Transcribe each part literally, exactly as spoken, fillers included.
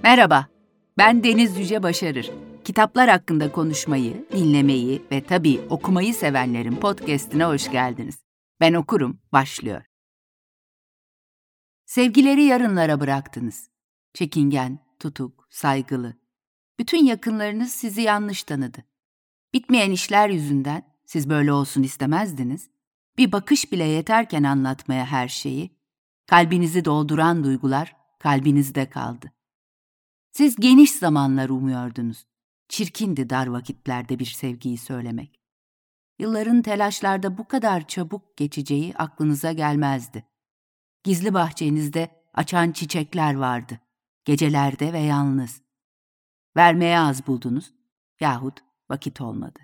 Merhaba, ben Deniz Yüce Başarır. Kitaplar hakkında konuşmayı, dinlemeyi ve tabii okumayı sevenlerin podcast'ine hoş geldiniz. Ben okurum, başlıyor. Sevgileri yarınlara bıraktınız. Çekingen, tutuk, saygılı. Bütün yakınlarınız sizi yanlış tanıdı. Bitmeyen işler yüzünden siz böyle olsun istemezdiniz. Bir bakış bile yeterken anlatmaya her şeyi. Kalbinizi dolduran duygular kalbinizde kaldı. Siz geniş zamanlar umuyordunuz. Çirkindi dar vakitlerde bir sevgiyi söylemek. Yılların telaşlarda bu kadar çabuk geçeceği aklınıza gelmezdi. Gizli bahçenizde açan çiçekler vardı. Gecelerde ve yalnız. Vermeye az buldunuz yahut vakit olmadı.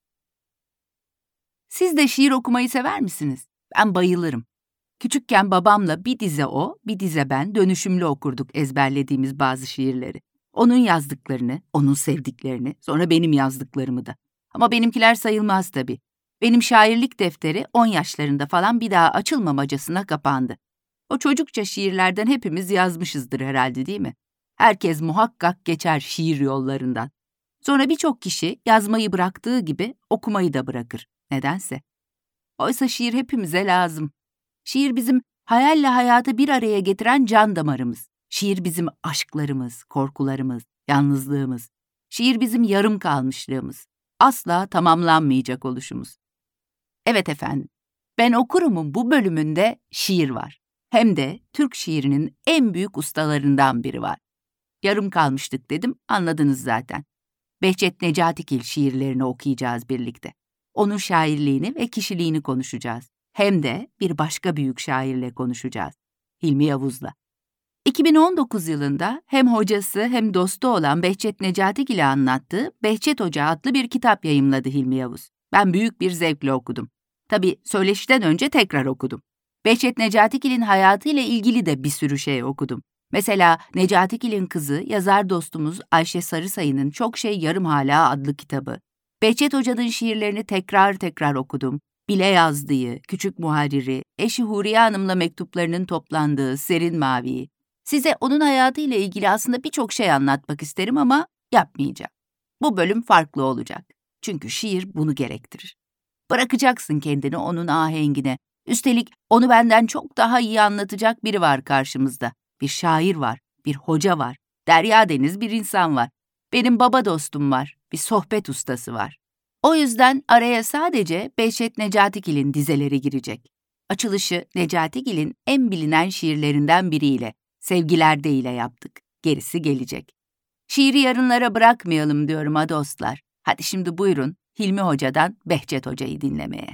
Siz de şiir okumayı sever misiniz? Ben bayılırım. Küçükken babamla bir dize o, bir dize ben dönüşümlü okurduk ezberlediğimiz bazı şiirleri. Onun yazdıklarını, onun sevdiklerini, sonra benim yazdıklarımı da. Ama benimkiler sayılmaz tabii. Benim şairlik defteri on yaşlarında falan bir daha açılmamacasına kapandı. O çocukça şiirlerden hepimiz yazmışızdır herhalde, değil mi? Herkes muhakkak geçer şiir yollarından. Sonra birçok kişi yazmayı bıraktığı gibi okumayı da bırakır. Nedense. Oysa şiir hepimize lazım. Şiir bizim hayalle hayatı bir araya getiren can damarımız. Şiir bizim aşklarımız, korkularımız, yalnızlığımız. Şiir bizim yarım kalmışlığımız. Asla tamamlanmayacak oluşumuz. Evet efendim, Ben Okurum'un bu bölümünde şiir var. Hem de Türk şiirinin en büyük ustalarından biri var. Yarım kalmıştık dedim, anladınız zaten. Behçet Necatigil şiirlerini okuyacağız birlikte. Onun şairliğini ve kişiliğini konuşacağız. Hem de bir başka büyük şairle konuşacağız. Hilmi Yavuz'la. iki bin on dokuz yılında hem hocası hem dostu olan Behçet Necatigil'e anlattığı Behçet Hoca adlı bir kitap yayımladı Hilmi Yavuz. Ben büyük bir zevkle okudum. Tabii söyleşiden önce tekrar okudum. Behçet Necatigil'in hayatıyla ilgili de bir sürü şey okudum. Mesela Necatigil'in kızı, yazar dostumuz Ayşe Sarısayı'nın Çok Şey Yarım Hala adlı kitabı. Behçet Hoca'nın şiirlerini tekrar tekrar okudum. Bile yazdığı, Küçük Muharriri, eşi Huriye Hanım'la mektuplarının toplandığı Serin Mavi'yi. Size onun hayatıyla ilgili aslında birçok şey anlatmak isterim ama yapmayacağım. Bu bölüm farklı olacak. Çünkü şiir bunu gerektirir. Bırakacaksın kendini onun ahengine. Üstelik onu benden çok daha iyi anlatacak biri var karşımızda. Bir şair var, bir hoca var, derya deniz bir insan var. Benim baba dostum var, bir sohbet ustası var. O yüzden araya sadece Behçet Necatigil'in dizeleri girecek. Açılışı Necatigil'in en bilinen şiirlerinden biriyle, Sevgilerde ile yaptık. Gerisi gelecek. Şiiri yarınlara bırakmayalım diyorum ha dostlar. Hadi şimdi buyurun Hilmi Hoca'dan Behçet Hoca'yı dinlemeye.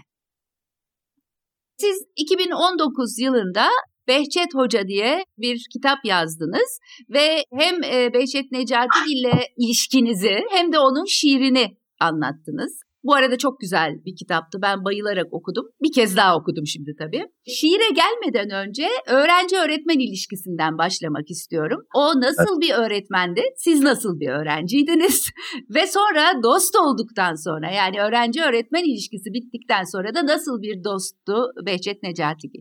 Siz iki bin on dokuz yılında Behçet Hoca diye bir kitap yazdınız ve hem Behçet Necatigil ile ilişkinizi hem de onun şiirini anlattınız. Bu arada çok güzel bir kitaptı. Ben bayılarak okudum. Bir kez daha okudum şimdi tabii. Şiire gelmeden önce öğrenci-öğretmen ilişkisinden başlamak istiyorum. O nasıl bir öğretmendi? Siz nasıl bir öğrenciydiniz? Ve sonra dost olduktan sonra, yani öğrenci-öğretmen ilişkisi bittikten sonra da nasıl bir dosttu Behçet Necatigil?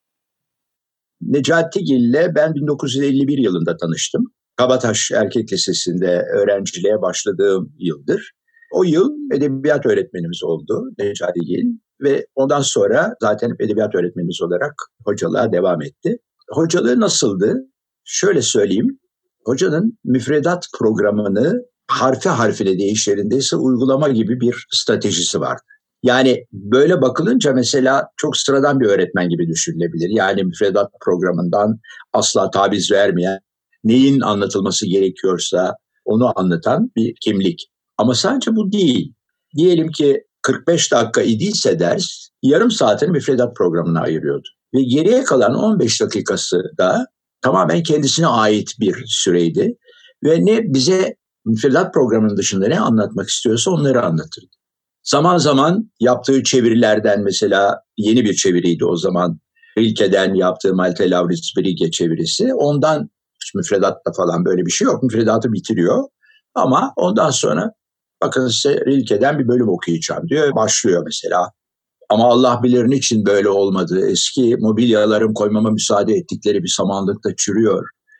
Necatigil'le ben bin dokuz yüz elli bir yılında tanıştım. Kabataş Erkek Lisesi'nde öğrenciliğe başladığım yıldır. O yıl edebiyat öğretmenimiz oldu Necatigil ve ondan sonra zaten edebiyat öğretmenimiz olarak hocalığa devam etti. Hocalığı nasıldı? Şöyle söyleyeyim, hocanın müfredat programını harfi harfine deyişlerindeyse uygulama gibi bir stratejisi vardı. Yani böyle bakılınca mesela çok sıradan bir öğretmen gibi düşünülebilir. Yani müfredat programından asla taviz vermeyen, neyin anlatılması gerekiyorsa onu anlatan bir kimlik. Ama sadece bu değil. Diyelim ki kırk beş dakika idiyse ders, yarım saatini müfredat programına ayırıyordu. Ve geriye kalan on beş dakikası da tamamen kendisine ait bir süreydi. Ve ne bize müfredat programının dışında ne anlatmak istiyorsa onları anlatırdı. Zaman zaman yaptığı çevirilerden, mesela yeni bir çeviriydi o zaman, Rilke'den yaptığı Malte Laurits Brigge çevirisi. Ondan hiç müfredatta falan böyle bir şey yok. Müfredatı bitiriyor. Ama ondan sonra bakın size Rilke'den bir bölüm okuyacağım diyor. Başlıyor mesela. Ama Allah bilir niçin böyle olmadı. Eski mobilyalarım koymama müsaade ettikleri bir samanlıkta çürüyor.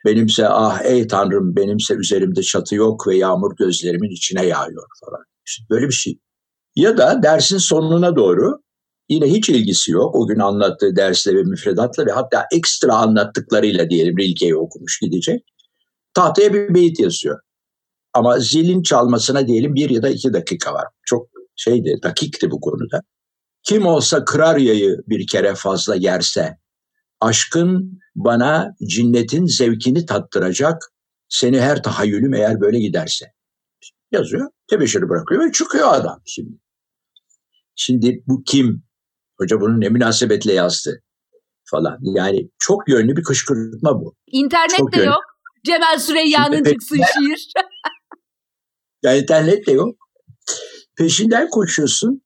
Benimse ah ey Tanrım, benimse üzerimde çatı yok ve yağmur gözlerimin içine yağıyor falan. İşte böyle bir şey. Ya da dersin sonuna doğru yine hiç ilgisi yok. O gün anlattığı dersle ve müfredatla ve hatta ekstra anlattıklarıyla diyelim Rilke'yi okumuş gidecek. Tahtaya bir beyit yazıyor. Ama zilin çalmasına diyelim bir ya da iki dakika var. Çok şeydi, dakikti bu konuda. Kim olsa kırar yayı bir kere fazla yerse, aşkın bana cinnetin zevkini tattıracak, seni her tahayyülüm eğer böyle giderse. Yazıyor, tebeşiri bırakıyor ve çıkıyor adam şimdi. Şimdi bu kim? Hoca bunu ne münasebetle yazdı falan. Yani çok yönlü bir kışkırtma bu. İnternet de yok. Cemal Süreyya'nın çıksın şiir. Ya internet de yok. Peşinden koşuyorsun.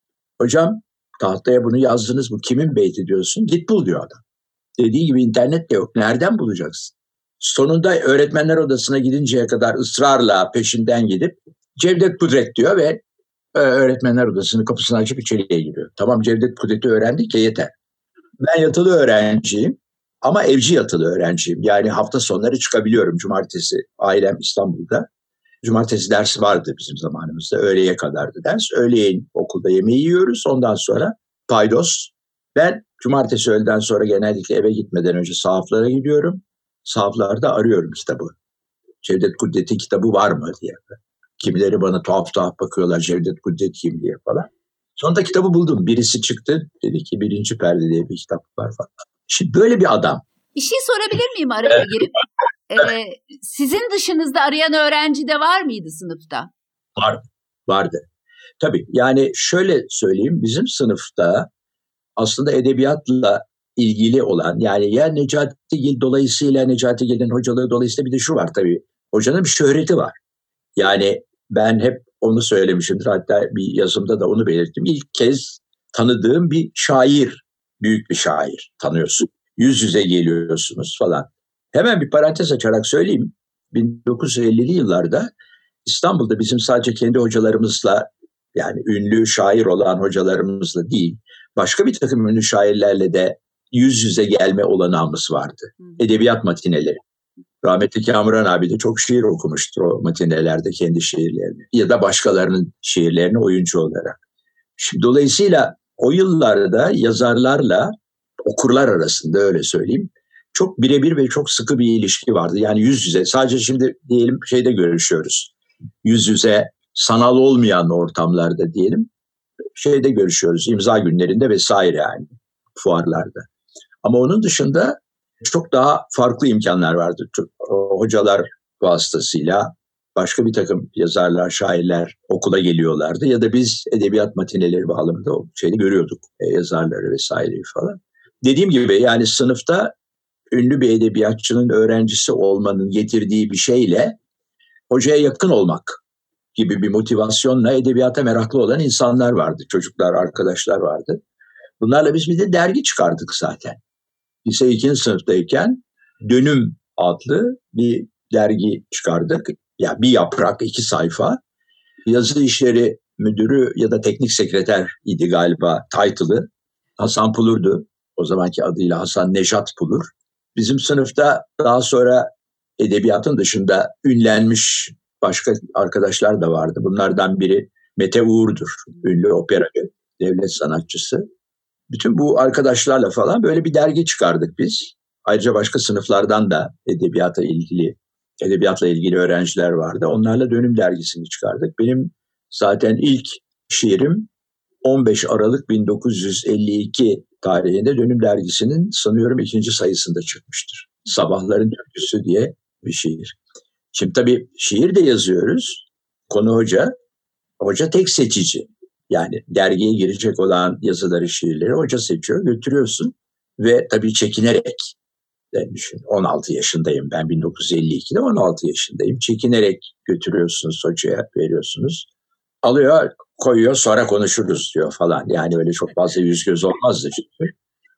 Hocam tahtaya bunu yazdınız, bu kimin beyti diyorsun. Git bul diyor adam. Dediği gibi internet de yok. Nereden bulacaksın? Sonunda öğretmenler odasına gidinceye kadar ısrarla peşinden gidip Cevdet Kudret diyor ve öğretmenler odasının kapısını açıp içeriye giriyor. Tamam, Cevdet Kudret'i öğrendik ya, yeter. Ben yatılı öğrenciyim ama evci yatılı öğrenciyim. Yani hafta sonları çıkabiliyorum. Cumartesi ailem İstanbul'da. Cumartesi dersi vardı bizim zamanımızda. Öğleye kadardı ders. Öğleyin okulda yemeği yiyoruz. Ondan sonra paydos. Ben cumartesi öğleden sonra genellikle eve gitmeden önce sahaflara gidiyorum. Sahaflarda arıyorum kitabı. Cevdet Kudret'in kitabı var mı diye. Kimileri bana tuhaf tuhaf bakıyorlar, Cevdet Kudret kim diye falan. Sonunda kitabı buldum. Birisi çıktı. Dedi ki birinci perde diye bir kitap var falan. Şimdi böyle bir adam. Bir şey sorabilir miyim araya girip? Ee, sizin dışınızda arayan öğrenci de var mıydı sınıfta? Var, vardı. Tabii yani şöyle söyleyeyim, bizim sınıfta aslında edebiyatla ilgili olan, yani ya Necatigil dolayısıyla, Necatigil'in hocalığı dolayısıyla bir de şu var tabii. Hocanın bir şöhreti var. Yani ben hep onu söylemişimdir, hatta bir yazımda da onu belirttim. İlk kez tanıdığım bir şair, büyük bir şair tanıyorsun. Yüz yüze geliyorsunuz falan. Hemen bir parantez açarak söyleyeyim. bin dokuz yüz ellili yıllarda İstanbul'da bizim sadece kendi hocalarımızla, yani ünlü şair olan hocalarımızla değil, başka bir takım ünlü şairlerle de yüz yüze gelme olanağımız vardı. Edebiyat matineleri. Rahmetli Kamuran abi de çok şiir okumuştur o matinelerde, kendi şiirlerini ya da başkalarının şiirlerini oyuncu olarak. Şimdi dolayısıyla o yıllarda yazarlarla okurlar arasında, öyle söyleyeyim, çok birebir ve çok sıkı bir ilişki vardı. Yani yüz yüze, sadece şimdi diyelim şeyde görüşüyoruz. Yüz yüze sanal olmayan ortamlarda diyelim şeyde görüşüyoruz, imza günlerinde vesaire, yani fuarlarda. Ama onun dışında çok daha farklı imkanlar vardı. Hocalar vasıtasıyla başka bir takım yazarlar, şairler okula geliyorlardı ya da biz edebiyat matineleri bağlamında o şeyi görüyorduk, e, yazarları vesaireyi falan. Dediğim gibi yani sınıfta ünlü bir edebiyatçının öğrencisi olmanın getirdiği bir şeyle hocaya yakın olmak gibi bir motivasyonla edebiyata meraklı olan insanlar vardı. Çocuklar, arkadaşlar vardı. Bunlarla biz bir de dergi çıkardık zaten. Lise ikinci sınıftayken Dönüm adlı bir dergi çıkardık. Ya bir yaprak, iki sayfa. Yazı işleri müdürü ya da teknik sekreter idi galiba title'ı. Hasan Pulur'du. O zamanki adıyla Hasan Nejat Pulur. Bizim sınıfta daha sonra edebiyatın dışında ünlenmiş başka arkadaşlar da vardı. Bunlardan biri Mete Uğur'dur. Ünlü operacı, devlet sanatçısı. Bütün bu arkadaşlarla falan böyle bir dergi çıkardık biz. Ayrıca başka sınıflardan da edebiyata ilgili, edebiyatla ilgili öğrenciler vardı. Onlarla Dönüm dergisini çıkardık. Benim zaten ilk şiirim on beş Aralık bin dokuz yüz elli iki tarihinde Dönüm dergisinin sanıyorum ikinci sayısında çıkmıştır. Sabahların Türküsü diye bir şiir. Şimdi tabii şiir de yazıyoruz. Konu hoca. Hoca tek seçici. Yani dergiye girecek olan yazıları, şiirleri hoca seçiyor, götürüyorsun. Ve tabii çekinerek, yani düşün, on altı yaşındayım ben, bin dokuz yüz elli ikide on altı yaşındayım. Çekinerek götürüyorsunuz, hocaya veriyorsunuz. Alıyor, koyuyor, sonra konuşuruz diyor falan. Yani öyle çok fazla yüz göz olmazdı çünkü.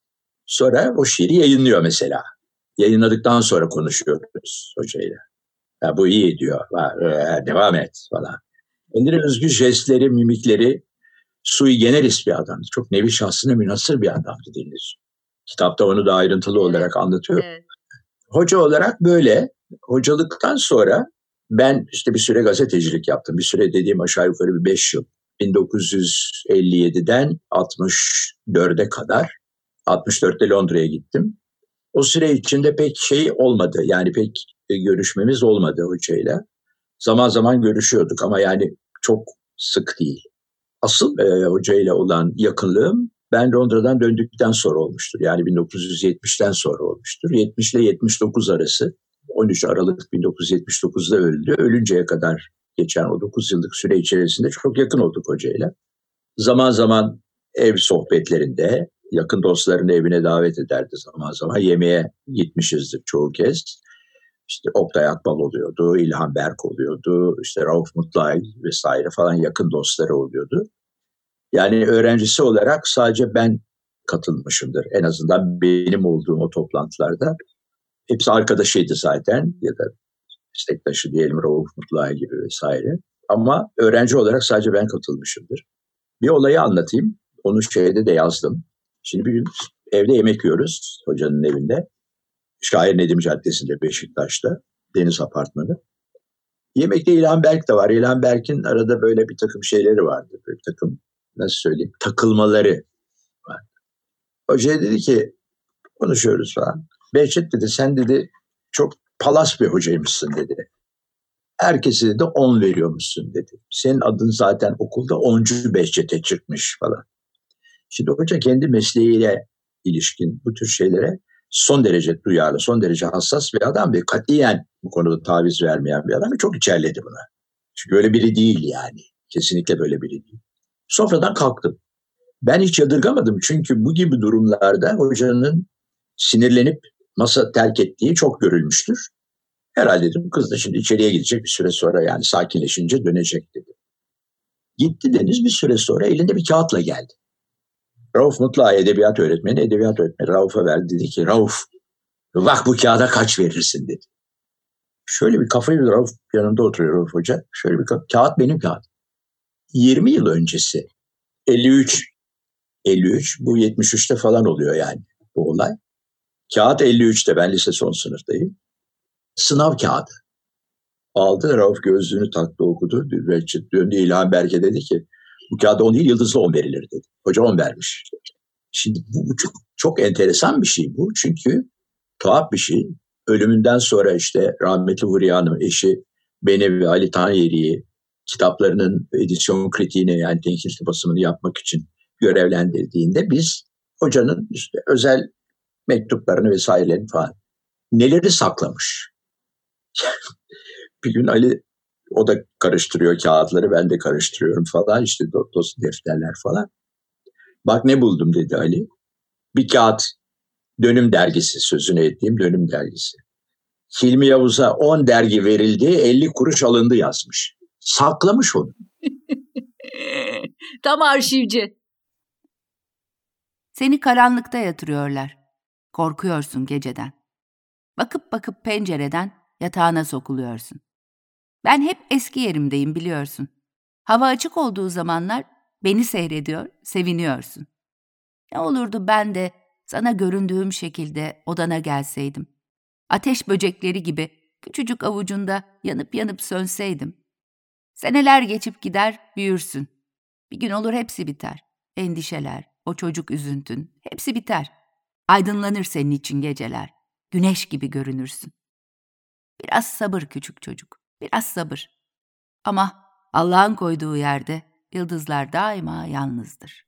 Sonra o şiiri yayınlıyor mesela. Yayınladıktan sonra konuşuyoruz hocayla. Ya bu iyi diyor, devam et falan. Kendine özgü jestleri, mimikleri, sui generis bir adamdı. Çok nevi şahsına münhasır bir adamdı Deniz. Kitapta onu da ayrıntılı olarak anlatıyor. Evet. Hoca olarak böyle. Hocalıktan sonra ben işte bir süre gazetecilik yaptım. Bir süre dediğim aşağı yukarı bir beş yıl. bin dokuz yüz elli yediden altmış dörde kadar. altmış dörtte Londra'ya gittim. O süre içinde pek şey olmadı. Yani pek görüşmemiz olmadı hocayla. Zaman zaman görüşüyorduk ama yani çok sık değil. Asıl e, hocayla olan yakınlığım ben Londra'dan döndükten sonra olmuştur. Yani bin dokuz yüz yetmişten sonra olmuştur. yetmiş ile yetmiş dokuz arası. on üç Aralık bin dokuz yüz yetmiş dokuzda öldü. Ölünceye kadar geçen o dokuz yıllık süre içerisinde çok yakın olduk hocayla. Zaman zaman ev sohbetlerinde yakın dostlarını evine davet ederdi zaman zaman. Yemeğe gitmişizdir çoğu kez. İşte Oktay Akbal oluyordu, İlhan Berk oluyordu, işte Rauf Mutluay vesaire falan yakın dostları oluyordu. Yani öğrencisi olarak sadece ben katılmışımdır. En azından benim olduğum o toplantılarda. Hepsi arkadaşıydı zaten ya da meslektaşı diyelim Rauf Mutluay gibi vesaire. Ama öğrenci olarak sadece ben katılmışımdır. Bir olayı anlatayım. Onu şeyde de yazdım. Şimdi bir gün evde yemek yiyoruz hocanın evinde. Şair Nedim Caddesi'nde Beşiktaş'ta. Deniz Apartmanı. Yemekte İlhan Berk de var. İlhan Berk'in arada böyle bir takım şeyleri vardı. Bir takım nasıl söyleyeyim takılmaları vardı. Hoca dedi ki konuşuyoruz falan. Behçet dedi sen dedi çok palas bir hocaymışsın dedi. Herkese de on veriyormuşsun dedi. Senin adın zaten okulda oncu Behçet'e çıkmış falan. Şimdi hoca kendi mesleğiyle ilişkin bu tür şeylere son derece duyarlı, son derece hassas bir adam ve katiyen bu konuda taviz vermeyen bir adam ve çok içerledi buna. Çünkü öyle biri değil yani. Kesinlikle böyle biri değil. Sofradan kalktım. Ben hiç yadırgamadım çünkü bu gibi durumlarda hocanın sinirlenip masa terk ettiği çok görülmüştür. Herhalde dedim kız da şimdi içeriye gidecek bir süre sonra yani sakinleşince dönecek dedi. Gitti Deniz bir süre sonra elinde bir kağıtla geldi. Rauf Mutluay edebiyat öğretmeni, edebiyat öğretmeni Rauf'a verdi. Dedi ki Rauf bak bu kağıda kaç verirsin dedi. Şöyle bir kafayı Rauf yanında oturuyor Rauf Hoca. Şöyle bir ka- kağıt benim kağıt. yirmi yıl öncesi elli üç elli üç bu yetmiş üçte falan oluyor yani bu olay. Kağıt elli üçte ben lise son sınıftayım. Sınav kağıdı. Aldı Rauf gözlüğünü taktı okudu. Döndü İlhan Berk'e dedi ki bu kağıda on değil yıldızlı on verilir dedi. Hoca on vermiş. Şimdi bu, bu çok, çok enteresan bir şey bu. Çünkü tuhaf bir şey. Ölümünden sonra işte rahmetli Huriye Hanım eşi beni ve Ali Tanyeri'yi kitaplarının edisyon kritiğini yani tenkil basımını yapmak için görevlendirdiğinde biz hocanın işte özel mektuplarını vesairelerini falan neleri saklamış. Bir gün Ali o da karıştırıyor kağıtları ben de karıştırıyorum falan işte dosya defterler falan. Bak ne buldum dedi Ali. Bir kağıt Dönüm dergisi sözünü ettiğim Dönüm dergisi. Hilmi Yavuz'a on dergi verildi elli kuruş alındı yazmış. Saklamış onu. Tam arşivci. Seni karanlıkta yatırıyorlar. Korkuyorsun geceden. Bakıp bakıp pencereden yatağına sokuluyorsun. Ben hep eski yerimdeyim biliyorsun. Hava açık olduğu zamanlar beni seyrediyor, seviniyorsun. Ne olurdu ben de sana göründüğüm şekilde odana gelseydim. Ateş böcekleri gibi küçücük avucunda yanıp yanıp sönseydim. Seneler geçip gider, büyürsün. Bir gün olur hepsi biter. Endişeler, o çocuk üzüntün, hepsi biter. Aydınlanır senin için geceler. Güneş gibi görünürsün. Biraz sabır küçük çocuk, biraz sabır. Ama Allah'ın koyduğu yerde yıldızlar daima yalnızdır.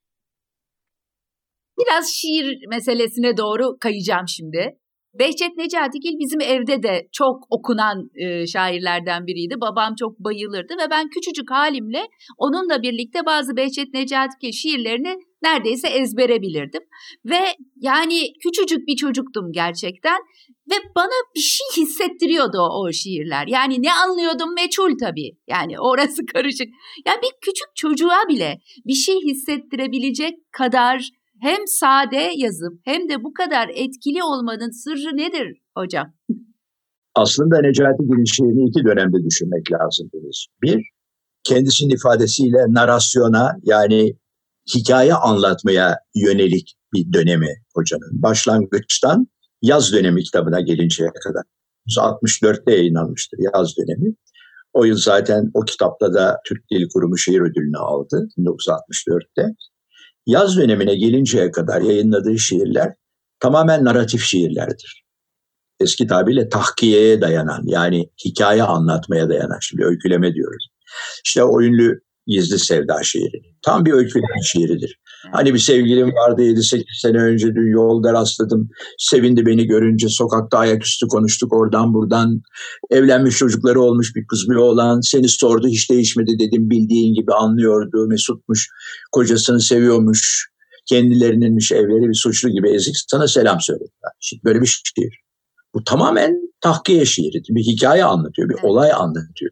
Biraz şiir meselesine doğru kayacağım şimdi. Behçet Necatigil bizim evde de çok okunan e, şairlerden biriydi. Babam çok bayılırdı ve ben küçücük halimle onunla birlikte bazı Behçet Necatigil şiirlerini neredeyse ezbere bilirdim. Ve yani küçücük bir çocuktum gerçekten ve bana bir şey hissettiriyordu o, o şiirler. Yani ne anlıyordum meçhul tabii. Yani orası karışık. Yani bir küçük çocuğa bile bir şey hissettirebilecek kadar hem sade yazıp hem de bu kadar etkili olmanın sırrı nedir hocam? Aslında Necatigil'in şiirini iki dönemde düşünmek lazım. Bir, kendisinin ifadesiyle narasyona yani hikaye anlatmaya yönelik bir dönemi hocanın. Başlangıçtan Yaz dönemi kitabına gelinceye kadar. altmış dörtte yayınlanmıştır yaz dönemi. O yıl zaten o kitapla da Türk Dil Kurumu şiir ödülünü aldı bin dokuz yüz altmış dörtte. Yaz dönemine gelinceye kadar yayınladığı şiirler tamamen narratif şiirlerdir. Eski tabirle tahkiyeye dayanan, yani hikaye anlatmaya dayanan, şimdi öyküleme diyoruz. İşte o ünlü Gizli Sevda şiiri. Tam bir öyküleme şiiridir. Hani bir sevgilim vardı yedi sekiz sene önce, dün yolda rastladım. Sevindi beni görünce, sokakta ayaküstü konuştuk oradan buradan. Evlenmiş çocukları olmuş bir kız bir oğlan. Seni sordu hiç değişmedi dedim, bildiğin gibi anlıyordu. Mesutmuş, kocasını seviyormuş. Kendilerininmiş, evleri bir suçlu gibi ezik, sana selam söylediler. Şimdi böyle bir şiir. Bu tamamen tahkiye şiiri. Bir hikaye anlatıyor, bir olay anlatıyor.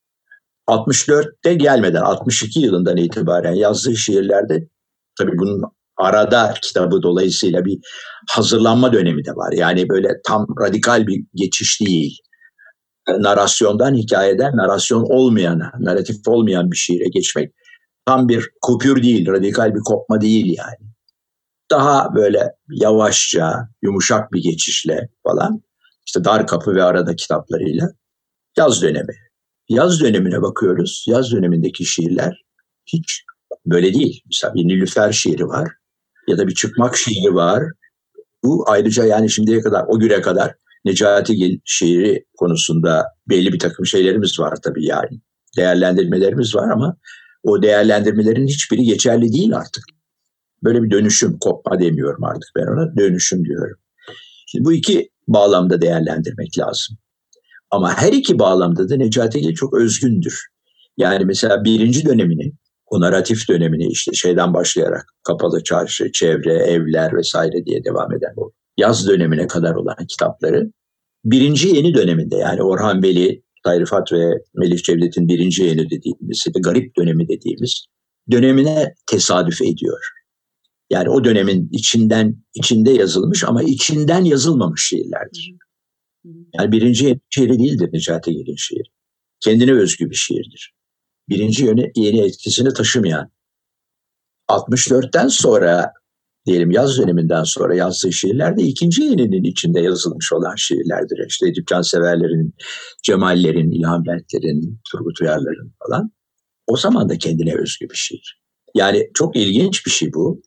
altmış dörtte gelmeden altmış iki yılından itibaren yazdığı şiirlerde, tabii bunun arada kitabı dolayısıyla bir hazırlanma dönemi de var. Yani böyle tam radikal bir geçiş değil. Narasyondan, hikayeden narasyon olmayana, narratif olmayan bir şiire geçmek tam bir kupür değil, radikal bir kopma değil yani. Daha böyle yavaşça, yumuşak bir geçişle falan, işte Dar Kapı ve Arada kitaplarıyla yaz dönemi. Yaz dönemine bakıyoruz. Yaz dönemindeki şiirler hiç böyle değil. Mesela bir Nilüfer şiiri var ya da bir Çıkmak şiiri var. Bu ayrıca yani şimdiye kadar, o güne kadar Necatigil şiiri konusunda belli bir takım şeylerimiz var tabii yani. Değerlendirmelerimiz var ama o değerlendirmelerin hiçbiri geçerli değil artık. Böyle bir dönüşüm, kopma demiyorum artık ben ona, dönüşüm diyorum. Şimdi bu iki bağlamda değerlendirmek lazım. Ama her iki bağlamda da Necatigil çok özgündür. Yani mesela birinci dönemini, o narratif dönemini işte şeyden başlayarak Kapalı Çarşı, Çevre, Evler vesaire diye devam eden o yaz dönemine kadar olan kitapları birinci yeni döneminde, yani Orhan Veli, Tahir Rifat ve Melih Cevdet'in birinci yeni dediğimiz, garip dönemi dediğimiz dönemine tesadüf ediyor. Yani o dönemin içinden içinde yazılmış ama içinden yazılmamış şiirlerdir. Yani birinci yeni şiiri değildir Necatigil'in şiiri. Kendine özgü bir şiirdir. Birinci yeni, yeni etkisini taşımayan. altmış dörtten sonra, diyelim yaz döneminden sonra yazdığı şiirler de ikinci yeninin içinde yazılmış olan şiirlerdir. İşte Edip Canseverlerin, Cemallerin, İlhan Bentlerin, Turgut Uyarların falan. O zaman da kendine özgü bir şiir. Yani çok ilginç bir şey bu.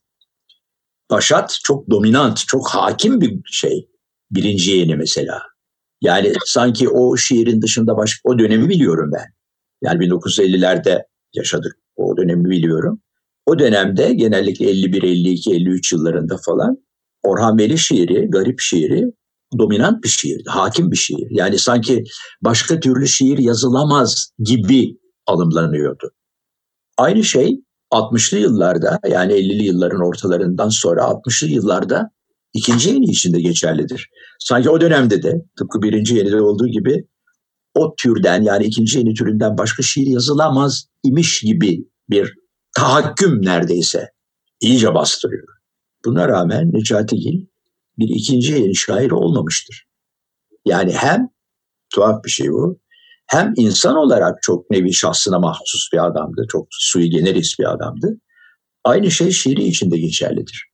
Başat çok dominant, çok hakim bir şey. Birinci yeni mesela. Yani sanki o şiirin dışında başka, o dönemi biliyorum ben. Yani bin dokuz yüz ellilerde yaşadık, o dönemi biliyorum. O dönemde genellikle elli bir, elli iki, elli üç yıllarında falan Orhan Veli şiiri, garip şiiri dominant bir şiirdi, hakim bir şiir. Yani sanki başka türlü şiir yazılamaz gibi alımlanıyordu. Aynı şey altmışlı yıllarda, yani ellili yılların ortalarından sonra altmışlı yıllarda ikinci yeni içinde geçerlidir. Sanki o dönemde de tıpkı birinci yenide olduğu gibi o türden, yani ikinci yeni türünden başka şiir yazılamaz imiş gibi bir tahakküm neredeyse iyice bastırıyor. Buna rağmen Necatigil bir ikinci yeni şair olmamıştır. Yani hem tuhaf bir şey bu, hem insan olarak çok nevi şahsına mahsus bir adamdı, çok sui generis bir adamdı. Aynı şey şiiri içinde geçerlidir.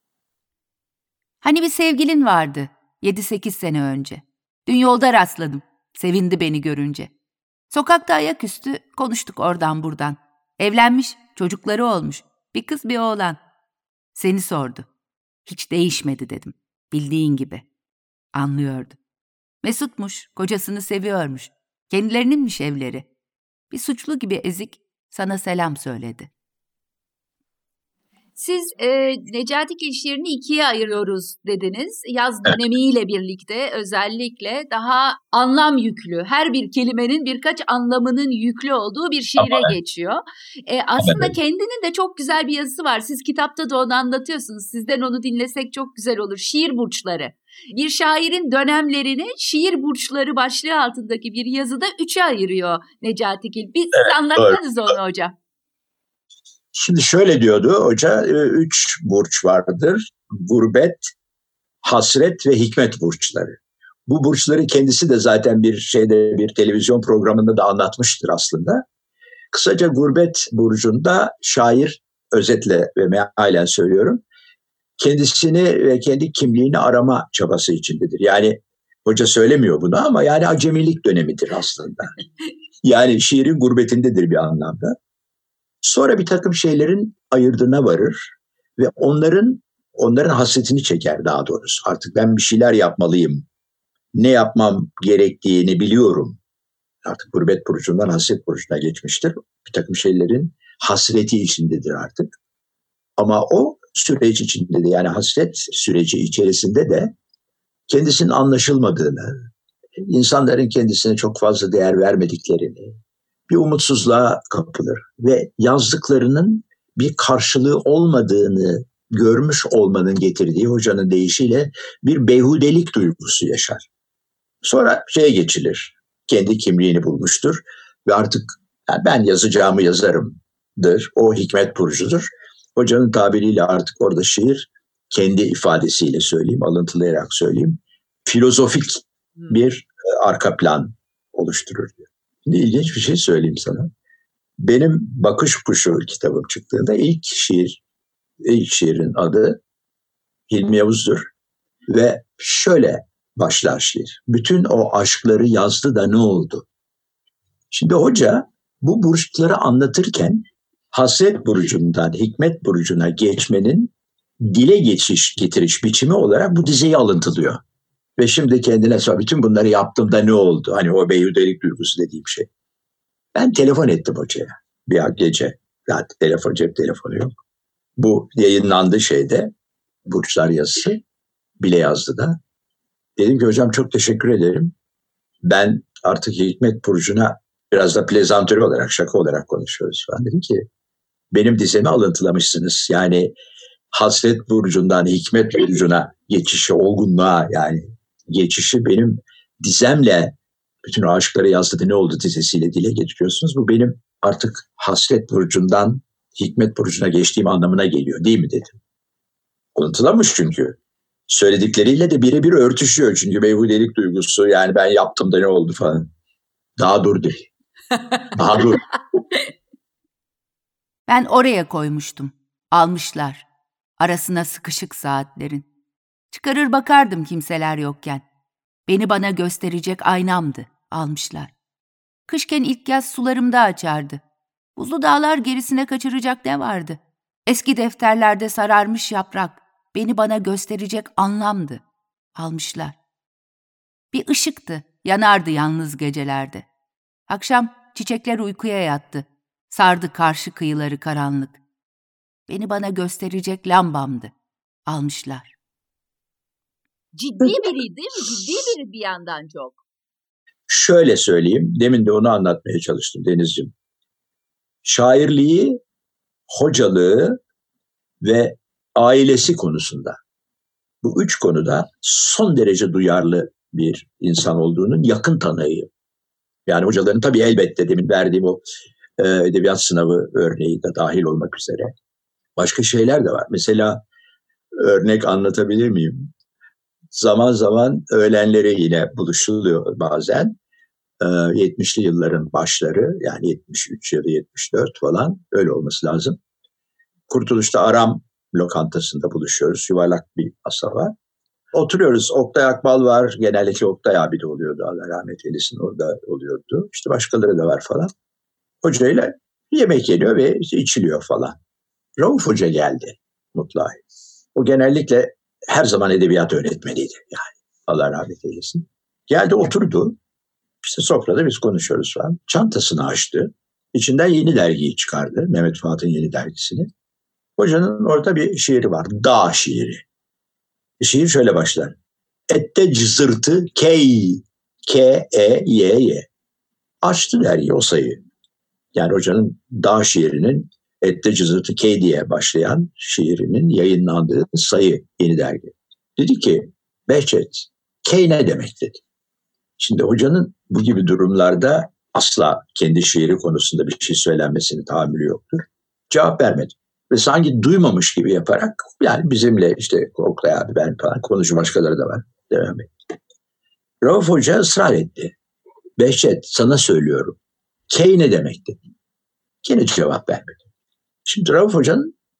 Hani bir sevgilin vardı yedi sekiz sene önce. Dün yolda rastladım. Sevindi beni görünce. Sokakta ayaküstü konuştuk oradan buradan. Evlenmiş, çocukları olmuş. Bir kız bir oğlan. Seni sordu. Hiç değişmedi dedim. Bildiğin gibi. Anlıyordu. Mesutmuş, kocasını seviyormuş. Kendilerininmiş evleri. Bir suçlu gibi ezik sana selam söyledi. Siz e, Necatigil şiirini ikiye ayırıyoruz dediniz. Yaz dönemiyle birlikte özellikle daha anlam yüklü, her bir kelimenin birkaç anlamının yüklü olduğu bir şiire Ama, geçiyor. E, aslında evet. Kendinin de çok güzel bir yazısı var. Siz kitapta da onu anlatıyorsunuz. Sizden onu dinlesek çok güzel olur. Şiir burçları. Bir şairin dönemlerini şiir burçları başlığı altındaki bir yazıda üçe ayırıyor Necatigil. Bir evet, anlatsanız onu hocam. Şimdi şöyle diyordu hoca, üç burç vardır. Gurbet, hasret ve hikmet burçları. Bu burçları kendisi de zaten bir şeyde, bir televizyon programında da anlatmıştır aslında. Kısaca gurbet burcunda şair, özetle ve mealen söylüyorum, kendisini ve kendi kimliğini arama çabası içindedir. Yani hoca söylemiyor bunu ama yani acemilik dönemidir aslında. Yani şiirin gurbetindedir bir anlamda. Sonra bir takım şeylerin ayırdığına varır ve onların onların hasretini çeker daha doğrusu. Artık ben bir şeyler yapmalıyım. Ne yapmam gerektiğini biliyorum. Artık gurbet burcundan hasret burcuna geçmiştir. Bir takım şeylerin hasreti içindedir artık. Ama o süreç içinde de yani hasret süreci içerisinde de kendisinin anlaşılmadığını, insanların kendisine çok fazla değer vermediklerini, bir umutsuzluğa kapılır ve yazdıklarının bir karşılığı olmadığını görmüş olmanın getirdiği hocanın deyişiyle bir beyhudelik duygusu yaşar. Sonra şeye geçilir, kendi kimliğini bulmuştur ve artık yani ben yazacağımı yazarımdır, o hikmet burcudur. Hocanın tabiriyle artık orada şiir, kendi ifadesiyle söyleyeyim, alıntılayarak söyleyeyim, filozofik bir arka plan oluşturur diyor. Şimdi ilginç bir şey söyleyeyim sana. Benim Bakış Kuşu kitabım çıktığında ilk şiir, ilk şiirin adı Hilmi Yavuz'dur. Ve şöyle başlar şiir. Bütün o aşkları yazdı da ne oldu? Şimdi hoca bu burçları anlatırken hasret burcundan hikmet burcuna geçmenin dile geçiş getiriş biçimi olarak bu dizeyi alıntılıyor. Ve şimdi kendine sor, bütün bunları yaptım da ne oldu? Hani o beyhudelik duygusu dediğim şey. Ben telefon ettim hocaya bir gece. Yani telefon, cep telefonu yok. Bu yayınlandı şeyde, burçlar yazısı. Bile yazdı da. Dedim ki hocam çok teşekkür ederim. Ben artık hikmet burcuna biraz da plezantörü olarak, şaka olarak konuşuyoruz falan. Dedim ki benim dizemi alıntılamışsınız. Yani hasret burcundan hikmet burcuna geçişi, olgunluğa yani geçişi benim dizemle bütün o aşkları yazdı ne oldu dizesiyle dile getiriyorsunuz. Bu benim artık hasret burcundan hikmet burcuna geçtiğim anlamına geliyor değil mi dedim. Alıntılamış çünkü. Söyledikleriyle de birebir örtüşüyor. Çünkü beyhudelik duygusu yani ben yaptım da ne oldu falan. Daha dur dedi. Daha dur. Ben oraya koymuştum. Almışlar. Arasına sıkışık saatlerin. Çıkarır bakardım kimseler yokken. Beni bana gösterecek aynamdı. Almışlar. Kışken ilk yaz sularımda açardı. Buzlu dağlar gerisine kaçıracak ne vardı? Eski defterlerde sararmış yaprak. Beni bana gösterecek anlamdı. Almışlar. Bir ışıktı, yanardı yalnız gecelerde. Akşam çiçekler uykuya yattı. Sardı karşı kıyıları karanlık. Beni bana gösterecek lambamdı. Almışlar. Ciddi biri değil mi? Ciddi biri bir yandan çok. Şöyle söyleyeyim, demin de onu anlatmaya çalıştım Denizciğim. Şairliği, hocalığı ve ailesi konusunda bu üç konuda son derece duyarlı bir insan olduğunun yakın tanığıyım. Yani hocaların tabii elbette demin verdiğim o e, edebiyat sınavı örneği de dahil olmak üzere. Başka şeyler de var. Mesela örnek anlatabilir miyim? Zaman zaman öğlenleri yine buluşuluyor bazen. E, yetmişli yılların başları yani yetmiş üç ya da yetmiş dört falan öyle olması lazım. Kurtuluş'ta Aram lokantasında buluşuyoruz. Yuvarlak bir masa var. Oturuyoruz. Oktay Akbal var. Genellikle Oktay abi de oluyordu. Allah rahmet eylesin. Orada oluyordu. İşte başkaları da var falan. Hocayla yemek yeniyor ve içiliyor falan. Rauf Hoca geldi. Mutlu. O genellikle her zaman edebiyat öğretmeniydi. Yani Allah rahmet eylesin. Geldi oturdu. İşte sofrada biz konuşuyoruz falan. Çantasını açtı. İçinden Yeni Dergi'yi çıkardı. Mehmet Fuat'ın Yeni Dergisi'ni. Hocanın orada bir şiiri var. Dağ şiiri. Şiir şöyle başlar. Ette cızırtı key, K, E, Y, Y. Açtı dergi o sayı. Yani hocanın Dağ şiirinin ette cızırtı key diye başlayan şiirinin yayınlandığı sayı Yeni Dergi. Dedi ki Behçet, key ne demek dedi. Şimdi hocanın bu gibi durumlarda asla kendi şiiri konusunda bir şey söylenmesine tahammülü yoktur. Cevap vermedi. Ve sanki duymamış gibi yaparak yani bizimle işte Oktay abi ben falan konuşu başkaları da var. Devam etti. Rauf Hoca ısrar etti. Behçet sana söylüyorum. Key ne demek dedi. Yine cevap vermedi. Şimdi Rauf Hoca'nın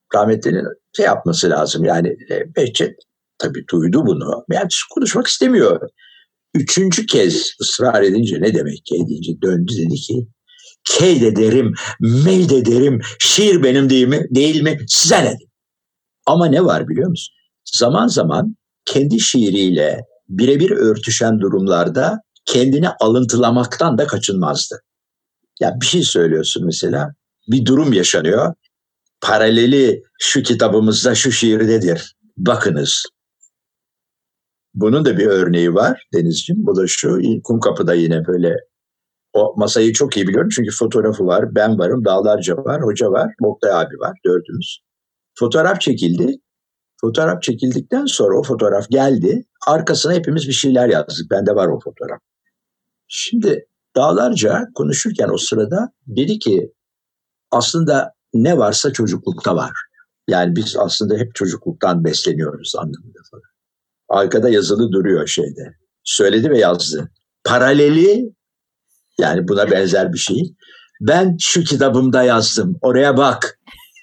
rahmetlinin şey yapması lazım. Yani e, Behçet tabii duydu bunu. Yani konuşmak istemiyor. Üçüncü kez ısrar edince ne demek ki edince döndü dedi ki key de derim, mey de derim, şiir benim değil mi, değil mi size ne? Ama ne var biliyor musun? Zaman zaman kendi şiiriyle birebir örtüşen durumlarda kendini alıntılamaktan da kaçınmazdı. Ya bir şey söylüyorsun mesela, bir durum yaşanıyor. Paraleli şu kitabımızda şu şiirdedir. Bakınız. Bunun da bir örneği var Denizciğim. Bu da şu, Kumkapı'da yine böyle. O masayı çok iyi biliyorum çünkü fotoğrafı var. Ben varım, Dağlarca var, hoca var, Moktay abi var, dördümüz. Fotoğraf çekildi. Fotoğraf çekildikten sonra o fotoğraf geldi. Arkasına hepimiz bir şeyler yazdık. Bende var o fotoğraf. Şimdi Dağlarca konuşurken o sırada dedi ki aslında ne varsa çocuklukta var. Yani biz aslında hep çocukluktan besleniyoruz anlamında falan. Arkada yazılı duruyor şeyde. Söyledi ve yazdı. Paraleli, yani buna benzer bir şey. Ben şu kitabımda yazdım. Oraya bak.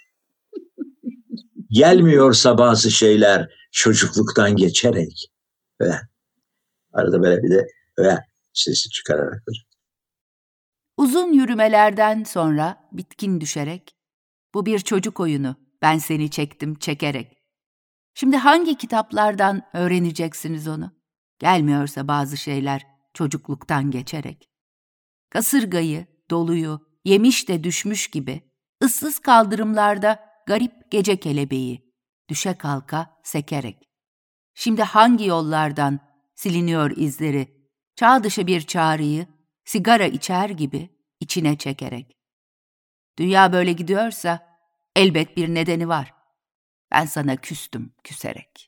Gelmiyorsa bazı şeyler çocukluktan geçerek. Ve arada böyle bir de ve sesi çıkararak. Uzun yürümelerden sonra bitkin düşerek, bu bir çocuk oyunu, ben seni çektim çekerek. Şimdi hangi kitaplardan öğreneceksiniz onu? Gelmiyorsa bazı şeyler çocukluktan geçerek. Kasırgayı, doluyu, yemiş de düşmüş gibi, ıssız kaldırımlarda garip gece kelebeği, düşe kalka sekerek. Şimdi hangi yollardan siliniyor izleri, çağ dışı bir çağrıyı, sigara içer gibi içine çekerek. Dünya böyle gidiyorsa elbet bir nedeni var. Ben sana küstüm küserek.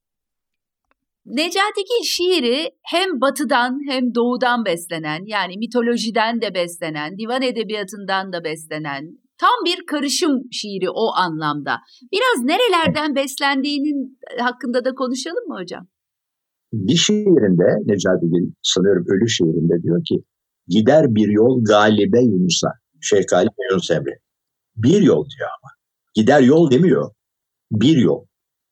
Necatigil şiiri hem batıdan hem doğudan beslenen, yani mitolojiden de beslenen, divan edebiyatından da beslenen tam bir karışım şiiri o anlamda. Biraz nerelerden beslendiğinin hakkında da konuşalım mı hocam? Bir şiirinde Necatigil sanıyorum ölü şiirinde diyor ki gider bir yol galibe Yunus'a. Şeyh Galip Yunus Emre. Bir yol diyor ama. Gider yol demiyor. Bir yol.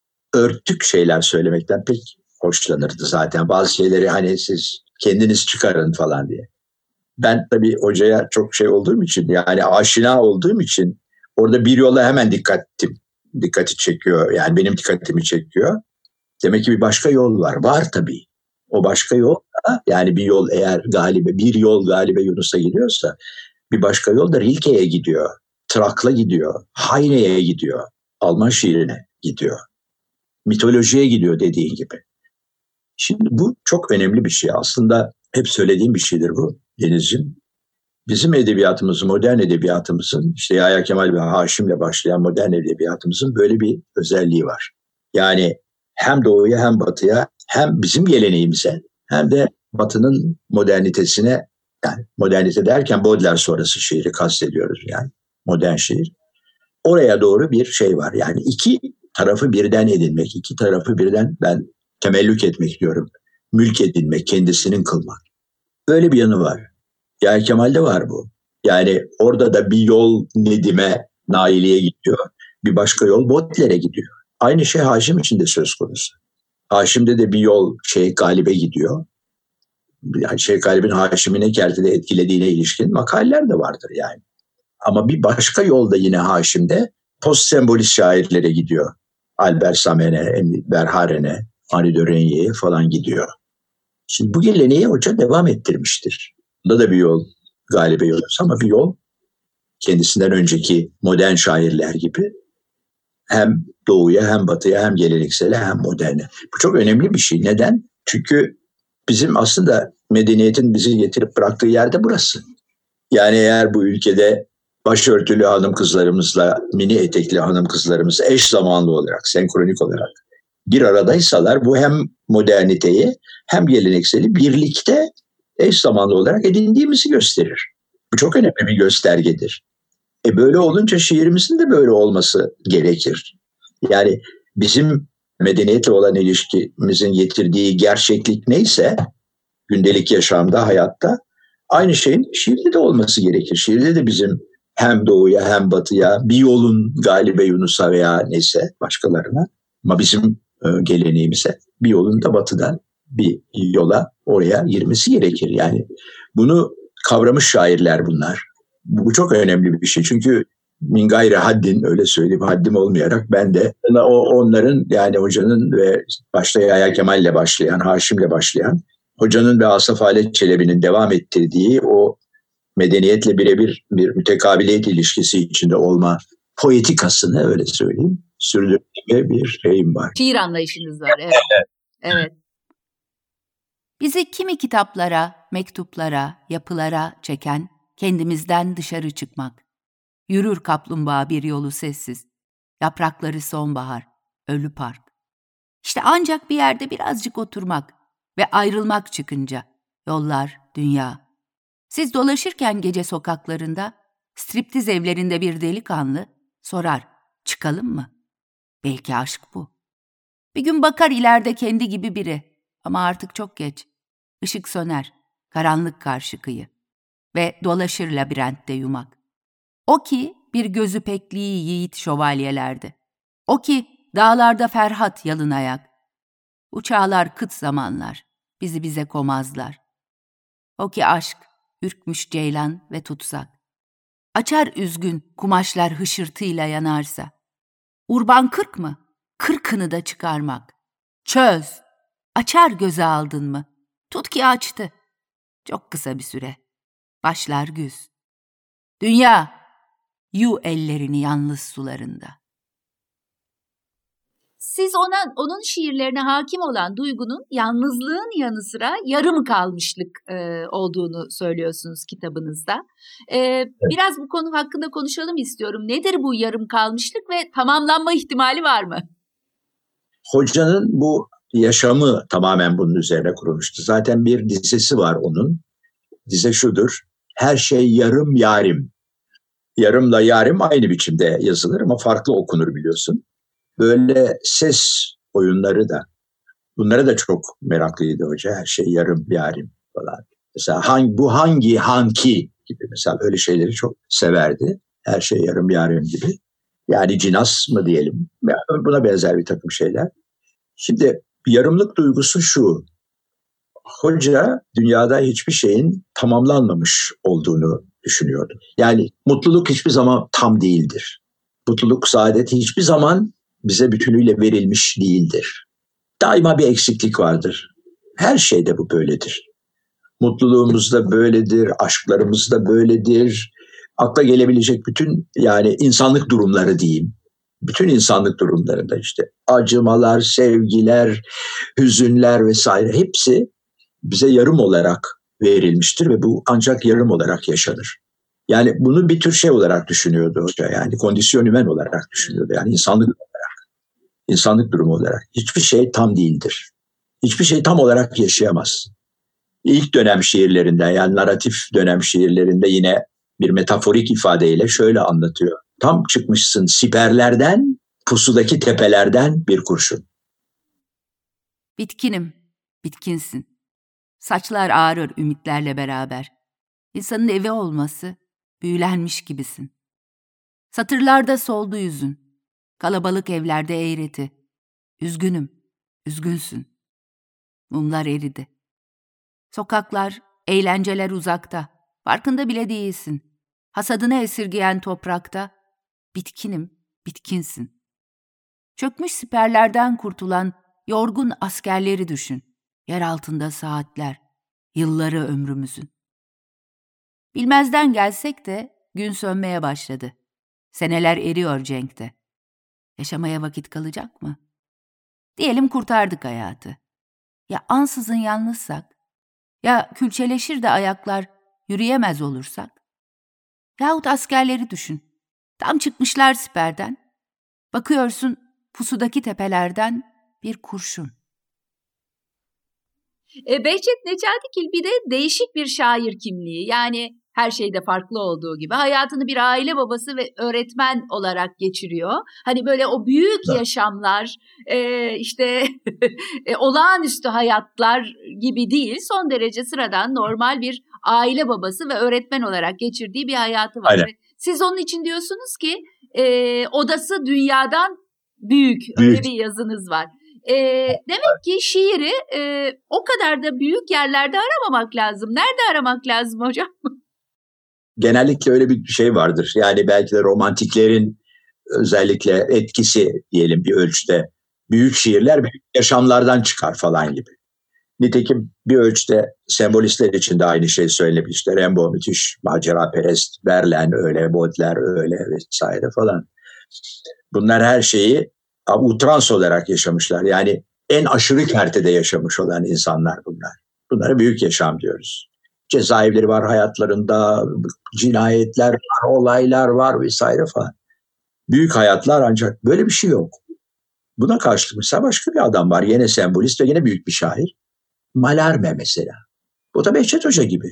Örtük şeyler söylemekten pek hoşlanırdı zaten. Bazı şeyleri hani siz kendiniz çıkarın falan diye. Ben tabii hocaya çok şey olduğum için, yani aşina olduğum için orada bir yola hemen dikkatim, dikkati çekiyor. Yani benim dikkatimi çekiyor. Demek ki bir başka yol var. Var tabii. O başka yol da, yani bir yol eğer galibe, bir yol galibe Yunus'a gidiyorsa bir başka yol da Rilke'ye gidiyor. Trak'la gidiyor. Heine'ye gidiyor. Alman şiirine gidiyor. Mitolojiye gidiyor dediğin gibi. Şimdi bu çok önemli bir şey. Aslında hep söylediğim bir şeydir bu Denizciğim. Bizim edebiyatımızın, modern edebiyatımızın, işte Yahya Kemal ve Haşim'le başlayan modern edebiyatımızın böyle bir özelliği var. Yani hem doğuya hem batıya, hem bizim geleneğimize hem de batının modernitesine, yani modernite derken Baudelaire sonrası şiiri kastediyoruz yani modern şiir. Oraya doğru bir şey var. Yani iki tarafı birden edinmek, iki tarafı birden ben temellük etmek diyorum. Mülk edinmek, kendisinin kılmak. Öyle bir yanı var. Yani Kemal'de var bu. Yani orada da bir yol Nedim'e, Naili'ye gidiyor. Bir başka yol Baudelaire'e gidiyor. Aynı şey Haşim için de söz konusu. Haşim'de de bir yol Şeyh Galip'e gidiyor. Yani Şeyh Galip'in Haşim'i ne kertede etkilediğine ilişkin makaleler de vardır yani. Ama bir başka yolda yine Haşim'de post sembolist şairlere gidiyor. Albert Samen'e, Enver Haren'e, Henri de Regnier'e falan gidiyor. Şimdi bu geleneği hoca devam ettirmiştir. Bunda da bir yol Galip'e yolu ama bir yol kendisinden önceki modern şairler gibi hem doğuya hem batıya hem geleneksele hem moderne. Bu çok önemli bir şey. Neden? Çünkü bizim aslında medeniyetin bizi getirip bıraktığı yerde burası. Yani eğer bu ülkede başörtülü hanım kızlarımızla mini etekli hanım kızlarımız eş zamanlı olarak, senkronik olarak bir aradaysalar bu hem moderniteyi hem gelenekseli birlikte eş zamanlı olarak edindiğimizi gösterir. Bu çok önemli bir göstergedir. E böyle olunca şiirimizin de böyle olması gerekir. Yani bizim medeniyetle olan ilişkimizin getirdiği gerçeklik neyse gündelik yaşamda, hayatta aynı şeyin şiirde de olması gerekir. Şiirde de bizim hem doğuya hem batıya, bir yolun Galibe Yunus'a veya neyse başkalarına, ama bizim e, geleneğimize bir yolun da batıdan bir yola oraya girmesi gerekir. Yani bunu kavramış şairler bunlar. Bu çok önemli bir şey çünkü min gayri haddin, öyle söyleyeyim, haddim olmayarak ben de o onların, yani hocanın ve başta Yahya Kemal'le başlayan, Haşim'le başlayan, hocanın ve Asaf Halet Çelebi'nin devam ettirdiği o medeniyetle birebir bir mütekabiliyet ilişkisi içinde olma poetikasını, öyle söyleyeyim, sürdürme bir şeyim var. Şiir anlayışınız var, evet. Evet. Bizi kimi kitaplara, mektuplara, yapılara çeken kendimizden dışarı çıkmak. Yürür kaplumbağa bir yolu sessiz. Yaprakları sonbahar, ölü park. İşte ancak bir yerde birazcık oturmak ve ayrılmak çıkınca. Yollar, dünya. Siz dolaşırken gece sokaklarında, striptiz evlerinde bir delikanlı sorar, çıkalım mı? Belki aşk bu. Bir gün bakar ileride kendi gibi biri ama artık çok geç. Işık söner, karanlık karşı kıyı ve dolaşır labirentte yumak. O ki bir gözü pekliği yiğit şövalyelerdi. O ki dağlarda Ferhat yalın ayak. Uçağlar kıt zamanlar, bizi bize komazlar. O ki aşk, ürkmüş ceylan ve tutsak. Açar üzgün kumaşlar hışırtıyla yanarsa. Urban kırk mı? Kırkını da çıkarmak. Çöz, açar göze aldın mı? Tut ki açtı. Çok kısa bir süre. Başlar güz. Dünya, yu ellerini yalnız sularında. Siz ona, onun şiirlerine hakim olan duygunun yalnızlığın yanı sıra yarım kalmışlık e, olduğunu söylüyorsunuz kitabınızda. E, evet. Biraz bu konu hakkında konuşalım istiyorum. Nedir bu yarım kalmışlık ve tamamlanma ihtimali var mı? Hocanın bu yaşamı tamamen bunun üzerine kurulmuştu. Zaten bir dizesi var onun. Dize şudur: her şey yarım yarim. Yarımla yarim aynı biçimde yazılır ama farklı okunur, biliyorsun. Böyle ses oyunları da, bunlara da çok meraklıydı hoca. Her şey yarım yarim falan. Mesela hangi, bu hangi hangi gibi, mesela öyle şeyleri çok severdi. Her şey yarım yarim gibi. Yani cinas mı diyelim. Buna benzer bir takım şeyler. Şimdi yarımlık duygusu şu: hoca dünyada hiçbir şeyin tamamlanmamış olduğunu düşünüyordu. Yani mutluluk hiçbir zaman tam değildir. Mutluluk, saadet hiçbir zaman bize bütünüyle verilmiş değildir. Daima bir eksiklik vardır. Her şeyde bu böyledir. Mutluluğumuz da böyledir, aşklarımız da böyledir. Akla gelebilecek bütün, yani insanlık durumları diyeyim. Bütün insanlık durumlarında işte acımalar, sevgiler, hüzünler vesaire hepsi bize yarım olarak verilmiştir ve bu ancak yarım olarak yaşanır. Yani bunu bir tür şey olarak düşünüyordu hoca, yani kondisyon hümen olarak düşünüyordu. Yani insanlık olarak, insanlık durumu olarak. Hiçbir şey tam değildir. Hiçbir şey tam olarak yaşayamaz. İlk dönem şiirlerinden, yani naratif dönem şiirlerinde yine bir metaforik ifadeyle şöyle anlatıyor: tam çıkmışsın siperlerden, pusudaki tepelerden bir kurşun. Bitkinim, bitkinsin. Saçlar ağrır ümitlerle beraber. İnsanın evi olması, büyülenmiş gibisin. Satırlarda soldu yüzün. Kalabalık evlerde eğreti. Üzgünüm, üzgünsün. Mumlar eridi. Sokaklar, eğlenceler uzakta. Farkında bile değilsin. Hasadını esirgeyen toprakta. Bitkinim, bitkinsin. Çökmüş siperlerden kurtulan yorgun askerleri düşün. Yer altında saatler, yılları ömrümüzün. Bilmezden gelsek de gün sönmeye başladı. Seneler eriyor cenkte. Yaşamaya vakit kalacak mı? Diyelim kurtardık hayatı. Ya ansızın yalnızsak? Ya külçeleşir de ayaklar, yürüyemez olursak? Yahut askerleri düşün. Tam çıkmışlar siperden. Bakıyorsun pusudaki tepelerden bir kurşun. E, Behçet Necatigil bir de değişik bir şair kimliği. Yani her şeyde farklı olduğu gibi hayatını bir aile babası ve öğretmen olarak geçiriyor. Hani böyle o büyük evet. yaşamlar, e, işte e, olağanüstü hayatlar gibi değil. Son derece sıradan normal bir aile babası ve öğretmen olarak geçirdiği bir hayatı var. Aynen. Siz onun için diyorsunuz ki e, odası dünyadan büyük, büyük. Öyle bir yazınız var. E, demek ki şiiri e, o kadar da büyük yerlerde aramamak lazım. Nerede aramak lazım hocam? Genellikle öyle bir şey vardır. Yani belki de romantiklerin özellikle etkisi diyelim bir ölçüde. Büyük şiirler büyük yaşamlardan çıkar falan gibi. Nitekim bir ölçüde sembolistler için de aynı şey söylenebilir. İşte Rimbaud müthiş maceraperest, Verlaine öyle, Baudelaire öyle vesaire falan. Bunlar her şeyi outrans olarak yaşamışlar. Yani en aşırı kertede yaşamış olan insanlar bunlar. Bunlara büyük yaşam diyoruz. Cezaevleri var hayatlarında, cinayetler var, olaylar var vesaire falan. Büyük hayatlar ancak böyle bir şey yok. Buna karşılık mesela başka bir adam var. Yine sembolist ve yine büyük bir şair. Mallarmé mesela. O da Behçet Hoca gibi.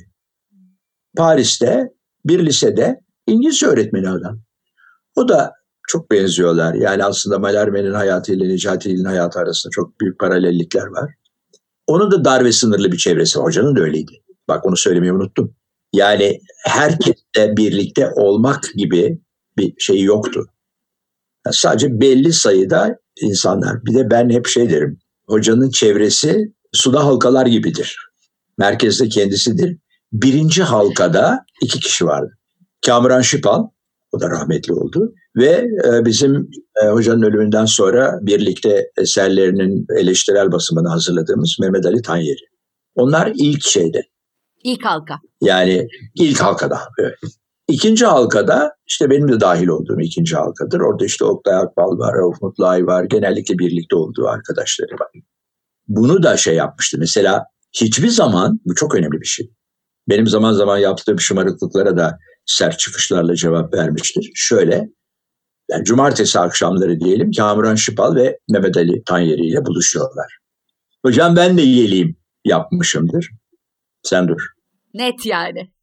Paris'te bir lisede İngilizce öğretmeni adam. O da çok benziyorlar. Yani aslında Mallarmé'nin hayatıyla Necati Gil'in hayatı arasında çok büyük paralellikler var. Onun da dar ve sınırlı bir çevresi var. Hocanın da öyleydi. Bak onu söylemeyi unuttum. Yani herkesle birlikte olmak gibi bir şey yoktu. Yani sadece belli sayıda insanlar. Bir de ben hep şey derim. Hocanın çevresi suda halkalar gibidir. Merkezde kendisidir. Birinci halkada iki kişi vardı. Kamuran Şipal, o da rahmetli oldu. Ve bizim hocanın ölümünden sonra birlikte eserlerinin eleştirel basımını hazırladığımız Mehmet Ali Tanyeri. Onlar ilk şeyde. İlk halka. Yani ilk halkada. Evet. İkinci halkada işte benim de dahil olduğum ikinci halkadır. Orada işte Oktay Akbal var, Rauf Mutluay var. Genellikle birlikte olduğu arkadaşları var. Bunu da şey yapmıştı. Mesela hiçbir zaman, bu çok önemli bir şey. Benim zaman zaman yaptığım şımarıklıklara da sert çıkışlarla cevap vermiştir. Şöyle, yani cumartesi akşamları diyelim Kamuran Şipal ve Mehmet Ali Tanyeri ile buluşuyorlar. Hocam ben de üyeliğim yapmışımdır. Sen dur. Net yani.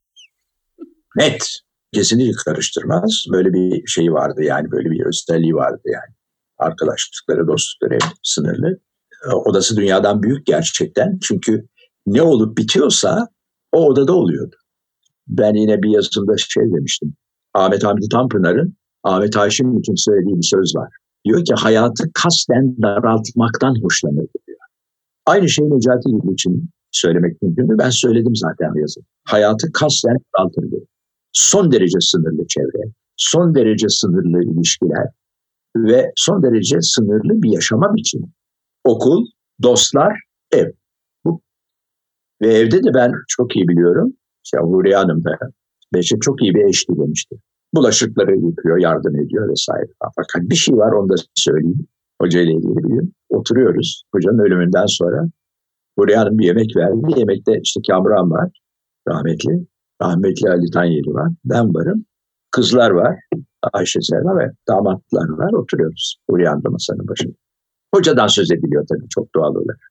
Net. Kesinlikle karıştırmaz. Böyle bir şey vardı yani, böyle bir özelliği vardı yani. Arkadaşlıkları, dostlukları hep sınırlı. Odası dünyadan büyük gerçekten. Çünkü ne olup bitiyorsa o odada oluyordu. Ben yine bir yazımda şey demiştim. Ahmet Hamdi Tanpınar'ın Ahmet Haşim için söylediği bir söz var. Diyor ki hayatı kasten daraltmaktan hoşlanırdı diyor. Aynı şeyi Necati Gil için söylemek mümkündür. Ben söyledim zaten yazım. Hayatı kasten daraltırdı. Son derece sınırlı çevre, son derece sınırlı ilişkiler ve son derece sınırlı bir yaşama biçimi. Okul, dostlar, ev. Bu. Ve evde de ben çok iyi biliyorum. İşte Huriye Hanım da Behçet çok iyi bir eşti demişti. Bulaşıkları yıkıyor, yardım ediyor vesaire. Fakat bir şey var, onu da söyleyeyim. Hoca ile ilgili bir gün. Oturuyoruz. Hocanın ölümünden sonra Huriye Hanım bir yemek verdi. Yemekte işte Kamuran var, rahmetli. Rahmetli Ali Tanyeli var. Ben varım. Kızlar var. Ayşe Selma ve damatlar var. Oturuyoruz. Huriye Hanım da masanın başında. Hocadan söz ediliyor tabii çok doğal olarak.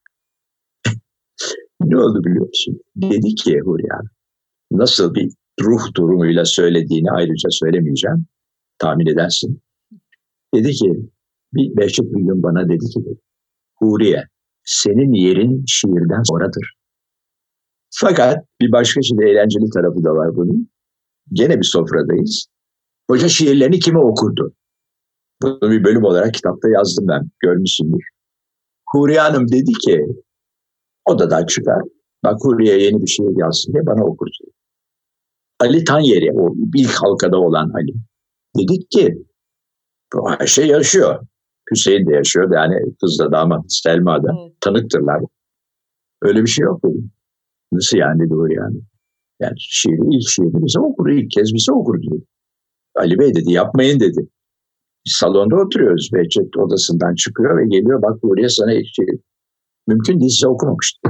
Ne oldu biliyor musun? Dedi ki Huriye Hanım, nasıl bir ruh durumuyla söylediğini ayrıca söylemeyeceğim. Tahmin edersin. Dedi ki, bir Behçet bir gün bana dedi ki, Huriye, senin yerin şiirden sonradır. Fakat bir başka şimdi eğlenceli tarafı da var bunun. Gene bir sofradayız. Hoca şiirlerini kime okurdu? Bunu bir bölüm olarak kitapta yazdım ben. Görmüşsündür. Huriye Hanım dedi ki, odadan çıkar. Bak Huriye yeni bir şiir yazsın diye bana okurdu. Ali Tanyeri, o ilk halkada olan Ali. Dedik ki, bu her şey yaşıyor. Hüseyin de yaşıyor. Yani kızla damat Selma da evet. Tanıktırlar. Öyle bir şey yok dedim. Nasıl yani dedi Huriye Hanım. Yani şiiri, ilk şiirini bize okur. İlk kez bize okur dedi. Ali Bey dedi yapmayın dedi. Biz salonda oturuyoruz. Behçet odasından çıkıyor ve geliyor. Bak Huriye sana ilk şiir. Mümkün değil size okumamıştı.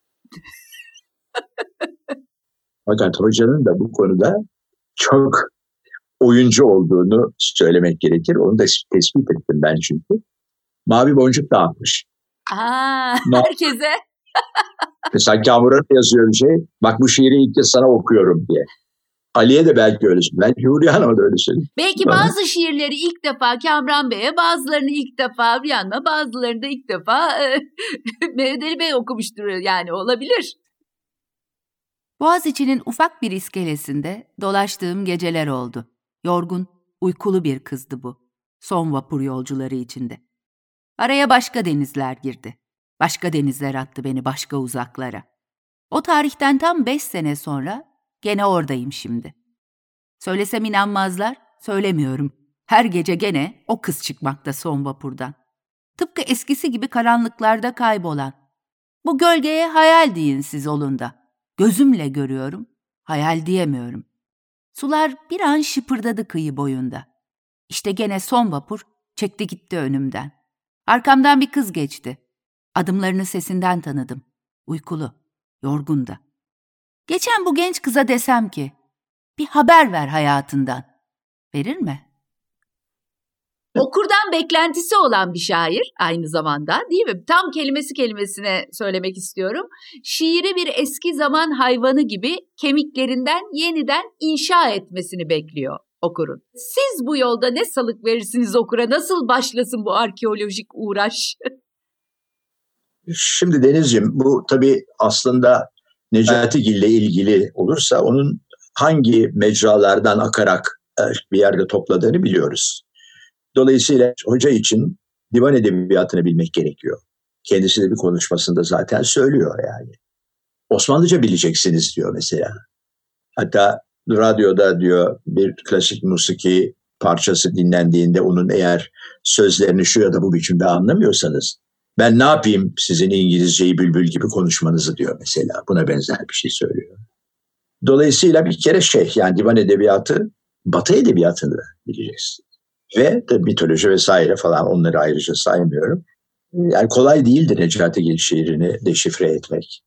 Fakat hocanın da bu konuda çok oyuncu olduğunu söylemek gerekir. Onu da tespit ettim ben çünkü. Mavi boncuk dağıtmış. Aa, herkese. Mesela Kamuran yazıyor bir şey. Bak bu şiiri ilk kez sana okuyorum diye. Ali'ye de belki öyle söylüyor. Belki Huriye Hanım'a da öyle söylüyor. Belki Bana. Bazı şiirleri ilk defa Kamran Bey'e, bazılarını ilk defa Rihanna, bazılarını da ilk defa Mehmet Ali Bey okumuştur yani olabilir. Boğaziçi'nin ufak bir iskelesinde dolaştığım geceler oldu. Yorgun, uykulu bir kızdı bu. Son vapur yolcuları içinde. Araya başka denizler girdi. Başka denizler attı beni başka uzaklara. O tarihten tam beş sene sonra gene oradayım şimdi. Söylesem inanmazlar, söylemiyorum. Her gece gene o kız çıkmakta son vapurdan. Tıpkı eskisi gibi karanlıklarda kaybolan. Bu gölgeye hayal deyin siz olunda. Gözümle görüyorum, hayal diyemiyorum. Sular bir an şıpırdadı kıyı boyunda. İşte gene son vapur çekti gitti önümden. Arkamdan bir kız geçti. Adımlarını sesinden tanıdım. Uykulu, yorgun da. Geçen bu genç kıza desem ki, bir haber ver hayatından. Verir mi? Okurdan beklentisi olan bir şair aynı zamanda, değil mi? Tam kelimesi kelimesine söylemek istiyorum. Şiiri bir eski zaman hayvanı gibi kemiklerinden yeniden inşa etmesini bekliyor okurun. Siz bu yolda ne salık verirsiniz okura? Nasıl başlasın bu arkeolojik uğraş? Şimdi Denizciğim, bu tabii aslında Necatigil ile ilgili olursa onun hangi mecralardan akarak bir yerde topladığını biliyoruz. Dolayısıyla hoca için divan edebiyatını bilmek gerekiyor. Kendisi de bir konuşmasında zaten söylüyor yani. Osmanlıca bileceksiniz diyor mesela. Hatta radyoda diyor bir klasik musiki parçası dinlendiğinde onun eğer sözlerini şu ya da bu biçimde anlamıyorsanız ben ne yapayım sizin İngilizceyi bülbül gibi konuşmanızı diyor mesela. Buna benzer bir şey söylüyor. Dolayısıyla bir kere şey yani divan edebiyatı Batı edebiyatını bileceksin. Ve de mitoloji vesaire falan onları ayrıca saymıyorum. Yani kolay değildi Necatigil şiirini deşifre etmek.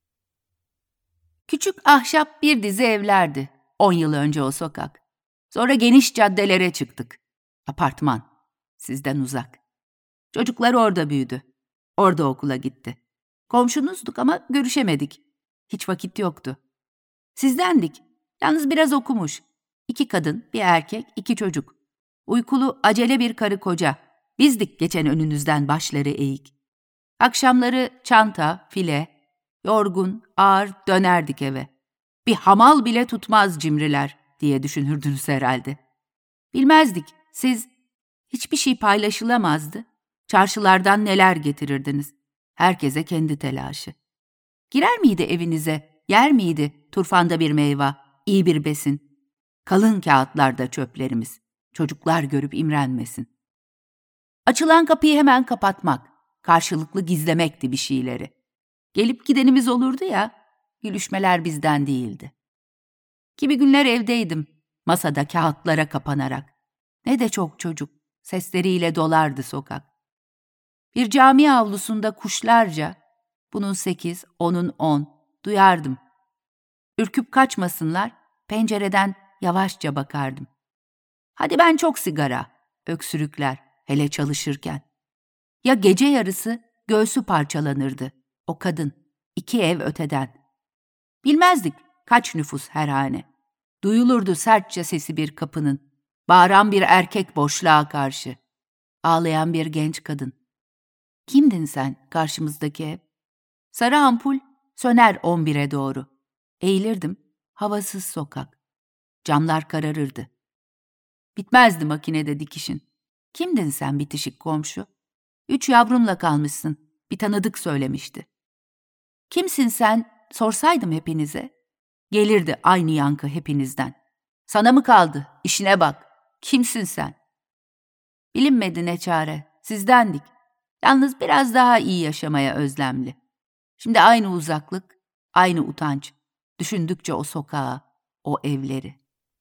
Küçük ahşap bir dizi evlerdi. On yıl önce o sokak. Sonra geniş caddelere çıktık. Apartman. Sizden uzak. Çocuklar orada büyüdü. Orada okula gitti. Komşunuzduk ama görüşemedik. Hiç vakit yoktu. Sizdendik. Yalnız biraz okumuş. İki kadın, bir erkek, iki çocuk. Uykulu, acele bir karı koca. Bizdik geçen önünüzden başları eğik. Akşamları çanta, file, yorgun, ağır dönerdik eve. Bir hamal bile tutmaz cimriler diye düşünürdünüz herhalde. Bilmezdik, siz hiçbir şey paylaşılamazdı. Çarşılardan neler getirirdiniz? Herkese kendi telaşı. Girer miydi evinize, yer miydi turfanda bir meyve, iyi bir besin? Kalın kağıtlarda çöplerimiz, çocuklar görüp imrenmesin. Açılan kapıyı hemen kapatmak, karşılıklı gizlemekti bir şeyleri. Gelip gidenimiz olurdu ya, gülüşmeler bizden değildi. Kimi günler evdeydim, masada kağıtlara kapanarak. Ne de çok çocuk, sesleriyle dolardı sokak. Bir cami avlusunda kuşlarca, bunun sekiz, onun on, duyardım. Ürküp kaçmasınlar, pencereden yavaşça bakardım. Hadi ben çok sigara, öksürükler, hele çalışırken. Ya gece yarısı göğsü parçalanırdı, o kadın, iki ev öteden. Bilmezdik kaç nüfus her hane. Duyulurdu sertçe sesi bir kapının, bağıran bir erkek boşluğa karşı, ağlayan bir genç kadın. Kimdin sen karşımızdaki ev? Sarı ampul söner on bire doğru. Eğilirdim, havasız sokak. Camlar kararırdı. Bitmezdi makinede dikişin. Kimdin sen bitişik komşu? Üç yavrumla kalmışsın, bir tanıdık söylemişti. Kimsin sen, sorsaydım hepinize. Gelirdi aynı yankı hepinizden. Sana mı kaldı, işine bak, kimsin sen? Bilinmedi ne çare, sizdendik. Yalnız biraz daha iyi yaşamaya özlemli. Şimdi aynı uzaklık, aynı utanç. Düşündükçe o sokağı, o evleri.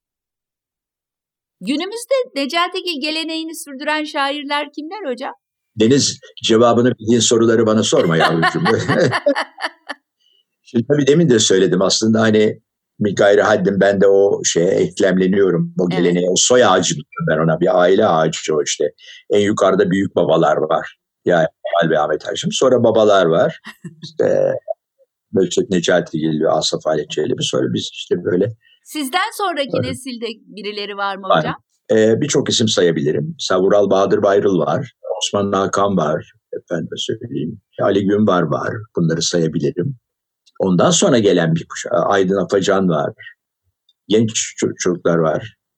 Günümüzde Necatigil geleneğini sürdüren şairler kimler hocam? Deniz, cevabını bildiğin soruları bana sorma yavrucuğum. Şimdi tabii demin de söyledim aslında hani bir gayri haddim ben de o şeye eklemleniyorum. O geleneğe, evet. O soy ağacı ben ona, bir aile ağacı o işte. En yukarıda büyük babalar var. Yani Kemal ve Ahmet Haşim. Sonra babalar var. İşte Mölçet Necatigil ve Asaf Halet Çelebi. Sonra biz işte böyle. Sizden sonraki evet. Nesilde birileri var mı hocam? Ee, Birçok isim sayabilirim. Savural Bahadır Bayrıl var. Osman Hakan var. Efendim söyleyeyim. Ali Günbar var. Bunları sayabilirim. Ondan sonra gelen bir kuşak. Aydın Afacan var. Genç çocuklar var.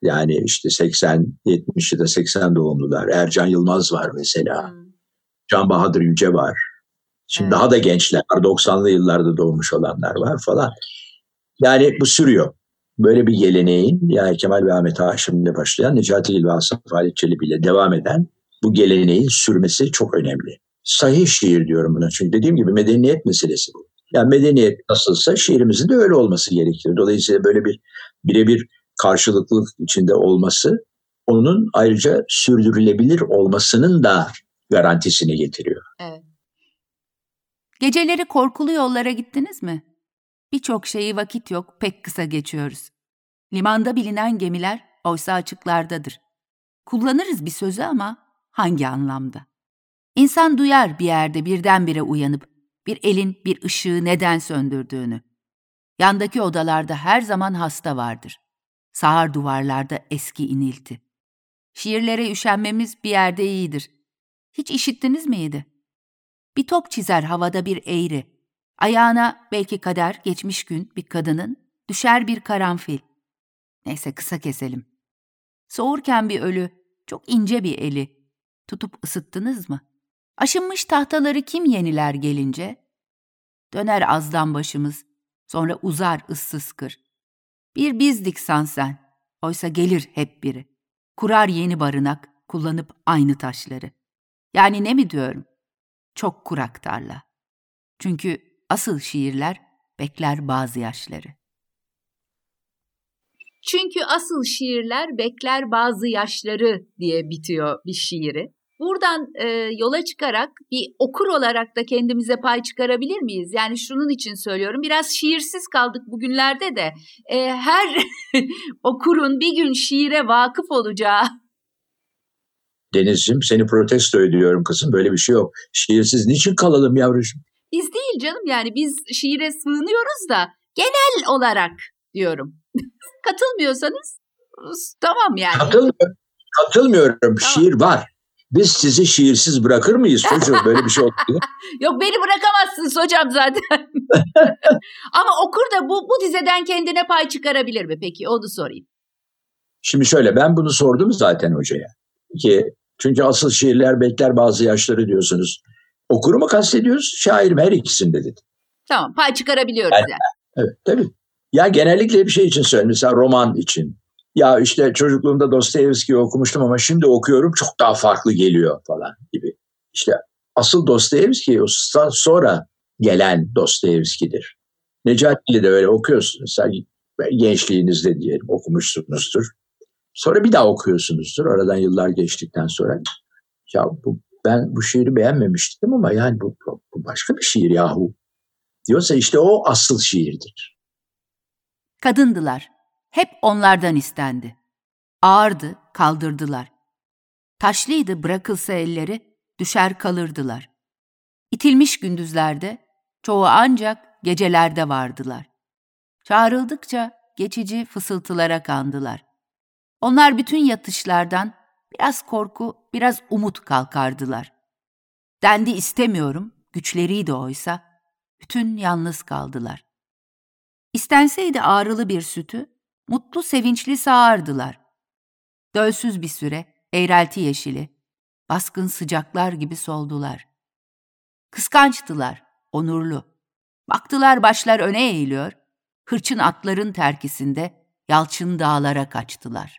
Yani işte seksen, yetmiş ya da seksen doğumlular. Ercan Yılmaz var mesela. Hmm. Can Bahadır Yüce var. Şimdi evet. Daha da gençler var. doksanlı yıllarda doğmuş olanlar var falan. Yani bu sürüyor. Böyle bir geleneğin yani Kemal ve Ahmet Haşim'le başlayan Necati Gil ve Asaf Halit Çelebi ile devam eden bu geleneğin sürmesi çok önemli. Sahih şiir diyorum buna. Çünkü dediğim gibi medeniyet meselesi bu. Yani medeniyet nasılsa şiirimizin de öyle olması gerekiyor. Dolayısıyla böyle bir birebir karşılıklılık içinde olması onun ayrıca sürdürülebilir olmasının da garantisini getiriyor. Evet. Geceleri korkulu yollara gittiniz mi? Birçok şeyi vakit yok, pek kısa geçiyoruz. Limanda bilinen gemiler oysa açıklardadır. Kullanırız bir sözü ama hangi anlamda? İnsan duyar bir yerde birdenbire uyanıp bir elin bir ışığı neden söndürdüğünü. Yandaki odalarda her zaman hasta vardır. Sağır duvarlarda eski inilti. Şiirlere üşenmemiz bir yerde iyidir. Hiç işittiniz miydi? Bir top çizer havada bir eğri. Ayağına belki kader geçmiş gün bir kadının düşer bir karanfil. Neyse kısa keselim. Soğurken bir ölü, çok ince bir eli. Tutup ısıttınız mı? Aşınmış tahtaları kim yeniler gelince? Döner azdan başımız, sonra uzar ıssız kır. Bir bizdik sansen, oysa gelir hep biri. Kurar yeni barınak, kullanıp aynı taşları. Yani ne mi diyorum? Çok kurak tarla. Çünkü asıl şiirler bekler bazı yaşları. Çünkü asıl şiirler bekler bazı yaşları diye bitiyor bir şiiri. Buradan e, yola çıkarak bir okur olarak da kendimize pay çıkarabilir miyiz? Yani şunun için söylüyorum, biraz şiirsiz kaldık bugünlerde de. E, her okurun bir gün şiire vakıf olacağı. Denizciğim, seni protesto ediyorum kızım, böyle bir şey yok. Şiirsiz niçin kalalım yavrucuğum? Biz değil canım, yani biz şiire sığınıyoruz da genel olarak diyorum. Katılmıyorsanız tamam yani. Katılmıyorum. Katılmıyorum. Tamam. Şiir var. Biz sizi şiirsiz bırakır mıyız çocuğum? Böyle bir şey oldu. Yok, beni bırakamazsınız hocam zaten. Ama okur da bu, bu dizeden kendine pay çıkarabilir mi peki? Onu sorayım. Şimdi şöyle, ben bunu sordum zaten hocaya. Ki, çünkü asıl şiirler bekler bazı yaşları diyorsunuz. Okuru mu kastediyoruz? Şairim, her ikisinde dedi. Tamam, pay çıkarabiliyoruz yani. yani. Evet, tabii. Ya genellikle bir şey için söylüyorum. Mesela roman için. Ya işte çocukluğumda Dostoyevski'yi okumuştum ama şimdi okuyorum çok daha farklı geliyor falan gibi. İşte asıl Dostoyevski sonra gelen Dostoyevski'dir. Necati'yle de öyle okuyorsunuz. Mesela gençliğinizde diyelim okumuşsunuzdur. Sonra bir daha okuyorsunuzdur. Aradan yıllar geçtikten sonra. Ya bu, ben bu şiiri beğenmemiştim ama yani bu, bu başka bir şiir yahu. Diyorsa işte o asıl şiirdir. Kadındılar. Hep onlardan istendi. Ağırdı, kaldırdılar. Taşlıydı, bırakılsa elleri, düşer kalırdılar. İtilmiş gündüzlerde, çoğu ancak gecelerde vardılar. Çağrıldıkça geçici fısıltılara kandılar. Onlar bütün yatışlardan biraz korku, biraz umut kalkardılar. Dendi istemiyorum, güçleriydi oysa, bütün yalnız kaldılar. İstenseydi ağrılı bir sütü, mutlu sevinçli sağardılar. Dölsüz bir süre, eğrelti yeşili, baskın sıcaklar gibi soldular. Kıskançtılar, onurlu. Baktılar başlar öne eğiliyor, hırçın atların terkisinde yalçın dağlara kaçtılar.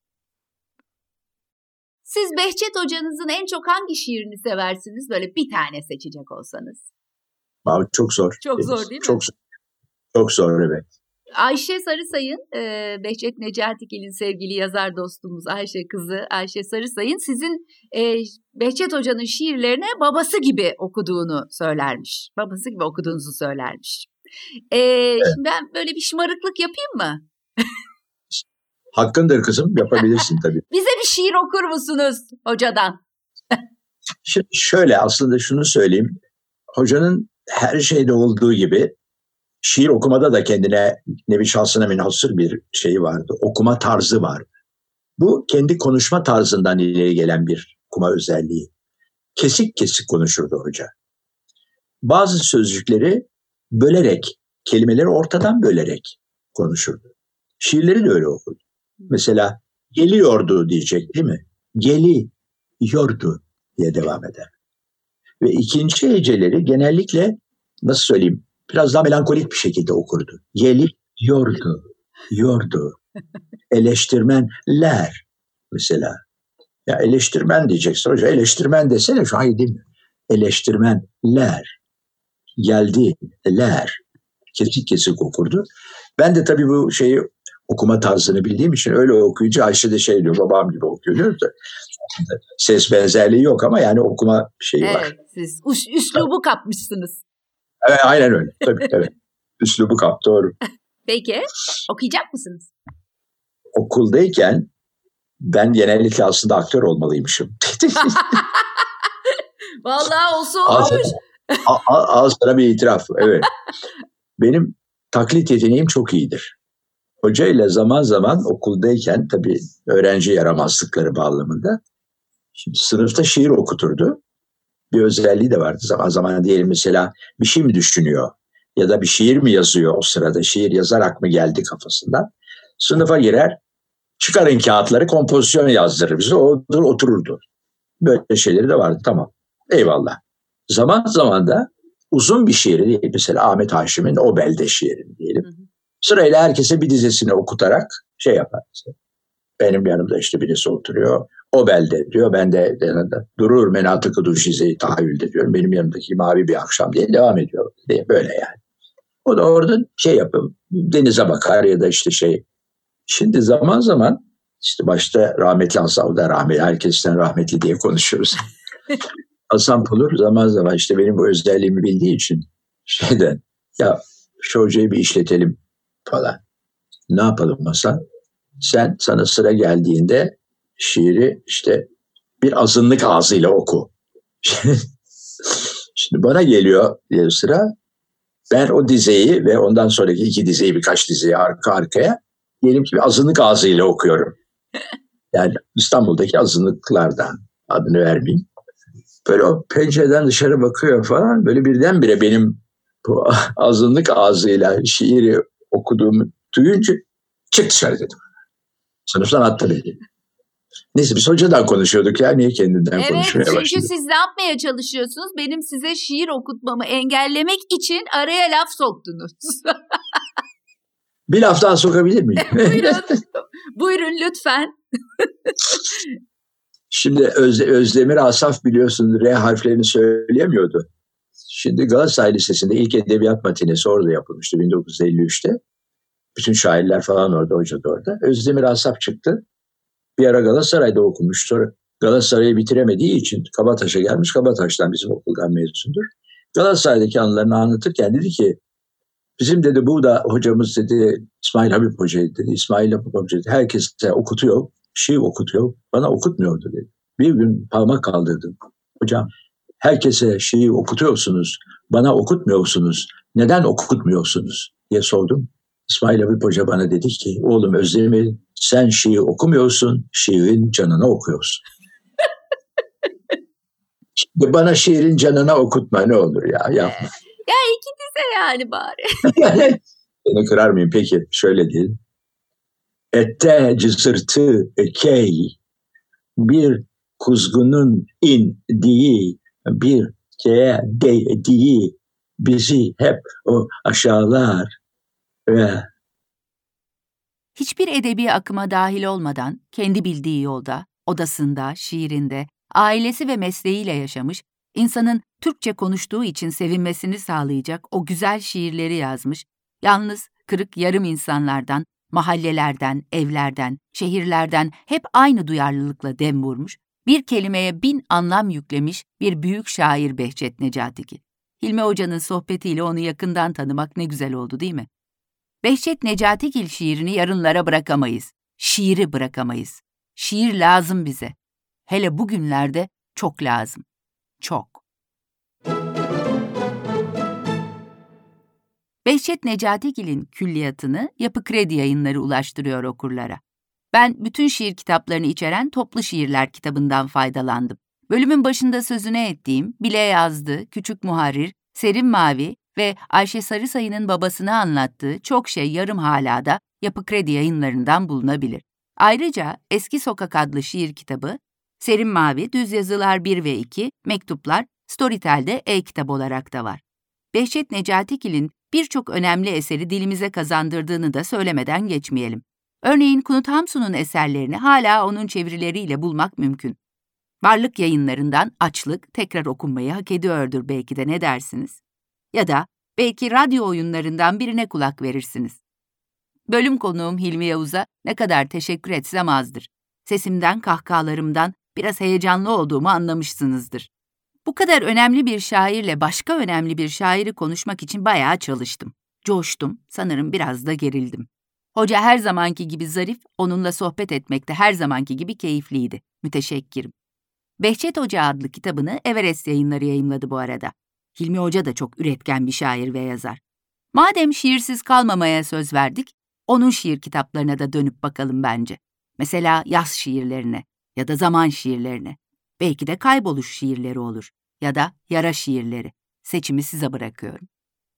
Siz Behçet hocanızın en çok hangi şiirini seversiniz? Böyle bir tane seçecek olsanız. Abi çok zor. Çok zor değil mi? Çok zor. Çok zor, evet. Ayşe Sarısay'ın, e, Behçet Necatigil'in sevgili yazar dostumuz Ayşe kızı Ayşe Sarısay'ın sizin e, Behçet Hoca'nın şiirlerine babası gibi okuduğunu söylermiş. Babası gibi okuduğunuzu söylermiş. E, evet. Şimdi ben böyle bir şımarıklık yapayım mı? Hakkındır kızım, yapabilirsin tabii. Bize bir şiir okur musunuz hocadan? Şimdi şöyle, aslında şunu söyleyeyim. Hocanın her şeyde olduğu gibi şiir okumada da kendine nevi şahsına münhasır bir şeyi vardı. Okuma tarzı vardı. Bu kendi konuşma tarzından ileri gelen bir okuma özelliği. Kesik kesik konuşurdu hoca. Bazı sözcükleri bölerek, kelimeleri ortadan bölerek konuşurdu. Şiirleri de öyle okurdu. Mesela Geliyordu diyecek değil mi? Geliyordu diye devam eder. Ve ikinci heceleri genellikle nasıl söyleyeyim biraz daha melankolik bir şekilde okurdu. Geliyordu, yordu. Eleştirmenler mesela. Ya eleştirmen diyeceksin hoca, eleştirmen desene şu an iyi değil mi? Eleştirmenler, geldiler. Kesik kesik okurdu. Ben de tabii bu şeyi okuma tarzını bildiğim için öyle okuyunca Ayşe de şey diyor, babam gibi okuyor diyor da. Ses benzerliği yok ama yani okuma şeyi evet, var. Evet, siz üs- üslubu kapmışsınız. Evet, aynen öyle. Tabii tabii. Üslubu kap, doğru. Peki, okuyacak mısınız? Okuldayken ben genellikle aslında aktör olmalıymışım. Vallahi olsa Al, olmuş. al, al, al sana bir itiraf. Evet. Benim taklit yeteneğim çok iyidir. Hocayla zaman zaman okuldayken tabii öğrenci yaramazlıkları bağlamında şimdi sınıfta şiir okuturdu. Bir özelliği de vardı. Zaman zaman diyelim mesela bir şey mi düşünüyor ya da bir şiir mi yazıyor o sırada, şiir yazarak mı geldi kafasından. Sınıfa girer, çıkarın kağıtları, kompozisyon yazdırır bize, o otururdu. Böyle şeyleri de vardı, tamam. Eyvallah. Zaman zaman da uzun bir şiiri değil, mesela Ahmet Haşim'in O Belde şiirini diyelim. Hı hı. Sırayla herkese bir dizesini okutarak şey yapar. Benim yanımda işte birisi oturuyor. O belde diyor. Ben de, de, de durur menatıkı duşizeyi tahayyülde diyorum. Benim yanımdaki mavi bir akşam diye devam ediyor. Diye, böyle yani. O da orada şey yapın. Denize bakar ya da işte şey. Şimdi zaman zaman işte başta rahmetli Hasan da rahmetli. Herkesten rahmetli diye konuşuyoruz. Hasan Pulur zaman zaman işte benim bu özelliğimi bildiği için şeyden ya şu hocayı bir işletelim falan. Ne yapalım Hasan? Sen sana sıra geldiğinde şiiri işte bir azınlık ağzıyla oku. Şimdi bana geliyor diye sıra. Ben o dizeyi ve ondan sonraki iki dizeyi birkaç dizeyi arka arkaya diyelim ki bir azınlık ağzıyla okuyorum. Yani İstanbul'daki azınlıklardan, adını vermeyeyim. Böyle o pencereden dışarı bakıyor falan. Böyle birdenbire benim bu azınlık ağzıyla şiiri okuduğumu duyunca çık dışarı dedim. Sınıftan attı beni. Neyse biz hocadan konuşuyorduk ya. Niye kendimden evet, konuşmaya başladım? Evet, çünkü siz ne yapmaya çalışıyorsunuz? Benim size şiir okutmamı engellemek için araya laf soktunuz. Bir laf daha sokabilir miyim? Buyurun. Buyurun lütfen. Şimdi Öz, Özdemir Asaf biliyorsun R harflerini söyleyemiyordu. Şimdi Galatasaray Lisesi'nde ilk edebiyat matinesi orada yapılmıştı bin dokuz yüz elli üçte. Bütün şairler falan orada, hoca da orada. Özdemir Asaf çıktı. Bir ara Galatasaray'da okumuş. Sonra Galatasaray'ı bitiremediği için Kabataş'a gelmiş. Kabataş'tan bizim okuldan mezundur. Galatasaray'daki anılarını anlatırken dedi ki bizim dedi bu da hocamız dedi İsmail Habib Hoca'ydı dedi. İsmail Habib Hoca dedi herkese okutuyor. Şiir okutuyor. Bana okutmuyordu dedi. Bir gün parmak kaldırdım. Hocam herkese şiir okutuyorsunuz. Bana okutmuyorsunuz. Neden okutmuyorsunuz diye sordum. İsmail Habib Hoca bana dedi ki oğlum Özdemir sen şiir okumuyorsun, şiirin canına okuyorsun. Şimdi bana şiirin canına okutma ne olur ya, yapma. Ya iki dize yani bari. Seni kırar mıyım peki? Şöyle değil. Ette cızırtı ekey, bir kuzgunun indiği, bir şeye değdiği bizi hep o aşağılar ve hiçbir edebi akıma dahil olmadan kendi bildiği yolda, odasında, şiirinde, ailesi ve mesleğiyle yaşamış, insanın Türkçe konuştuğu için sevinmesini sağlayacak o güzel şiirleri yazmış, yalnız kırık yarım insanlardan, mahallelerden, evlerden, şehirlerden hep aynı duyarlılıkla dem vurmuş, bir kelimeye bin anlam yüklemiş bir büyük şair Behçet Necatigil. Hilmi Hoca'nın sohbetiyle onu yakından tanımak ne güzel oldu değil mi? Behçet Necatigil şiirini yarınlara bırakamayız. Şiiri bırakamayız. Şiir lazım bize. Hele bugünlerde çok lazım. Çok. Behçet Necatigil'in külliyatını Yapı Kredi Yayınları ulaştırıyor okurlara. Ben bütün şiir kitaplarını içeren Toplu Şiirler kitabından faydalandım. Bölümün başında sözüne ettiğim Bile Yazdı, Küçük Muharrir, Serin Mavi ve Ayşe Sarısayı'nın babasını anlattığı çok şey yarım hala da Yapı Kredi Yayınlarından bulunabilir. Ayrıca Eski Sokak adlı şiir kitabı, Serin Mavi, Düz Yazılar bir ve iki, Mektuplar, Storytel'de e-kitap olarak da var. Behçet Necatigil'in birçok önemli eseri dilimize kazandırdığını da söylemeden geçmeyelim. Örneğin Knut Hamsun'un eserlerini hala onun çevirileriyle bulmak mümkün. Varlık Yayınlarından Açlık tekrar okunmayı hak ediyordur belki de, ne dersiniz? Ya da belki radyo oyunlarından birine kulak verirsiniz. Bölüm konuğum Hilmi Yavuz'a ne kadar teşekkür etsem azdır. Sesimden, kahkahalarımdan biraz heyecanlı olduğumu anlamışsınızdır. Bu kadar önemli bir şairle başka önemli bir şairi konuşmak için bayağı çalıştım. Coştum, sanırım biraz da gerildim. Hoca her zamanki gibi zarif, onunla sohbet etmek de her zamanki gibi keyifliydi. Müteşekkirim. Behçet Hoca adlı kitabını Everest Yayınları yayımladı bu arada. Hilmi Hoca da çok üretken bir şair ve yazar. Madem şiirsiz kalmamaya söz verdik, onun şiir kitaplarına da dönüp bakalım bence. Mesela yaz şiirlerine ya da zaman şiirlerine. Belki de kayboluş şiirleri olur ya da yara şiirleri. Seçimi size bırakıyorum.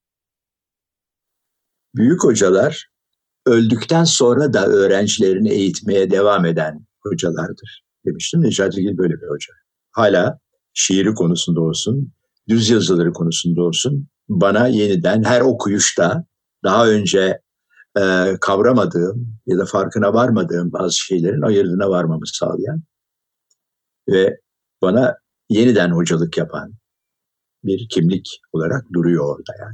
Büyük hocalar öldükten sonra da öğrencilerini eğitmeye devam eden hocalardır demiştim. Necatigil böyle bir hoca. Hala şiiri konusunda olsun, düz yazıları konusunda olsun bana yeniden her okuyuşta daha önce e, kavramadığım ya da farkına varmadığım bazı şeylerin ayırdığına varmamı sağlayan ve bana yeniden hocalık yapan bir kimlik olarak duruyor orada yani.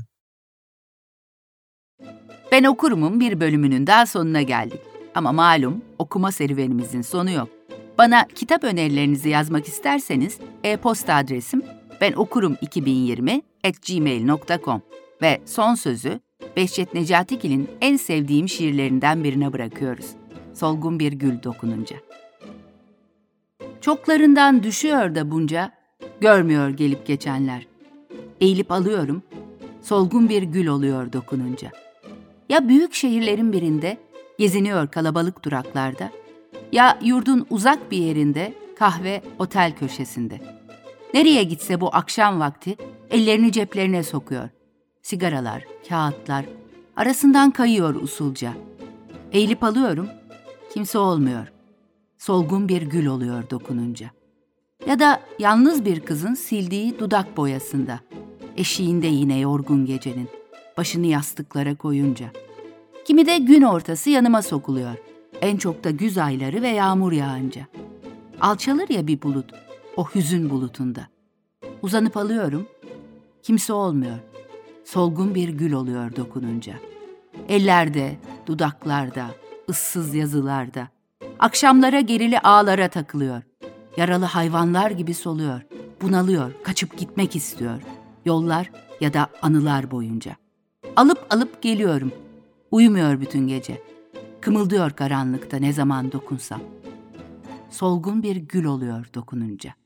Ben Okurum'un bir bölümünün daha sonuna geldik. Ama malum okuma serüvenimizin sonu yok. Bana kitap önerilerinizi yazmak isterseniz e-posta adresim benokurum iki bin yirmi at gmail nokta com ve son sözü Behçet Necatigil'in en sevdiğim şiirlerinden birine bırakıyoruz. Solgun bir gül dokununca. Çoklarından düşüyor da bunca, görmüyor gelip geçenler. Eğilip alıyorum, solgun bir gül oluyor dokununca. Ya büyük şehirlerin birinde, geziniyor kalabalık duraklarda, ya yurdun uzak bir yerinde, kahve, otel köşesinde. Nereye gitse bu akşam vakti, ellerini ceplerine sokuyor. Sigaralar, kağıtlar, arasından kayıyor usulca. Eğilip alıyorum, kimse olmuyor. Solgun bir gül oluyor dokununca. Ya da yalnız bir kızın sildiği dudak boyasında, eşiğinde yine yorgun gecenin, başını yastıklara koyunca. Kimi de gün ortası yanıma sokuluyor, en çok da güz ayları ve yağmur yağınca. Alçalır ya bir bulut, o hüzün bulutunda. Uzanıp alıyorum, kimse olmuyor. Solgun bir gül oluyor dokununca. Ellerde, dudaklarda, ıssız yazılarda. Akşamlara gerili ağlara takılıyor. Yaralı hayvanlar gibi soluyor. Bunalıyor, kaçıp gitmek istiyor. Yollar ya da anılar boyunca. Alıp alıp geliyorum. Uyumuyor bütün gece. Kımıldıyor karanlıkta ne zaman dokunsam. Solgun bir gül oluyor dokununca.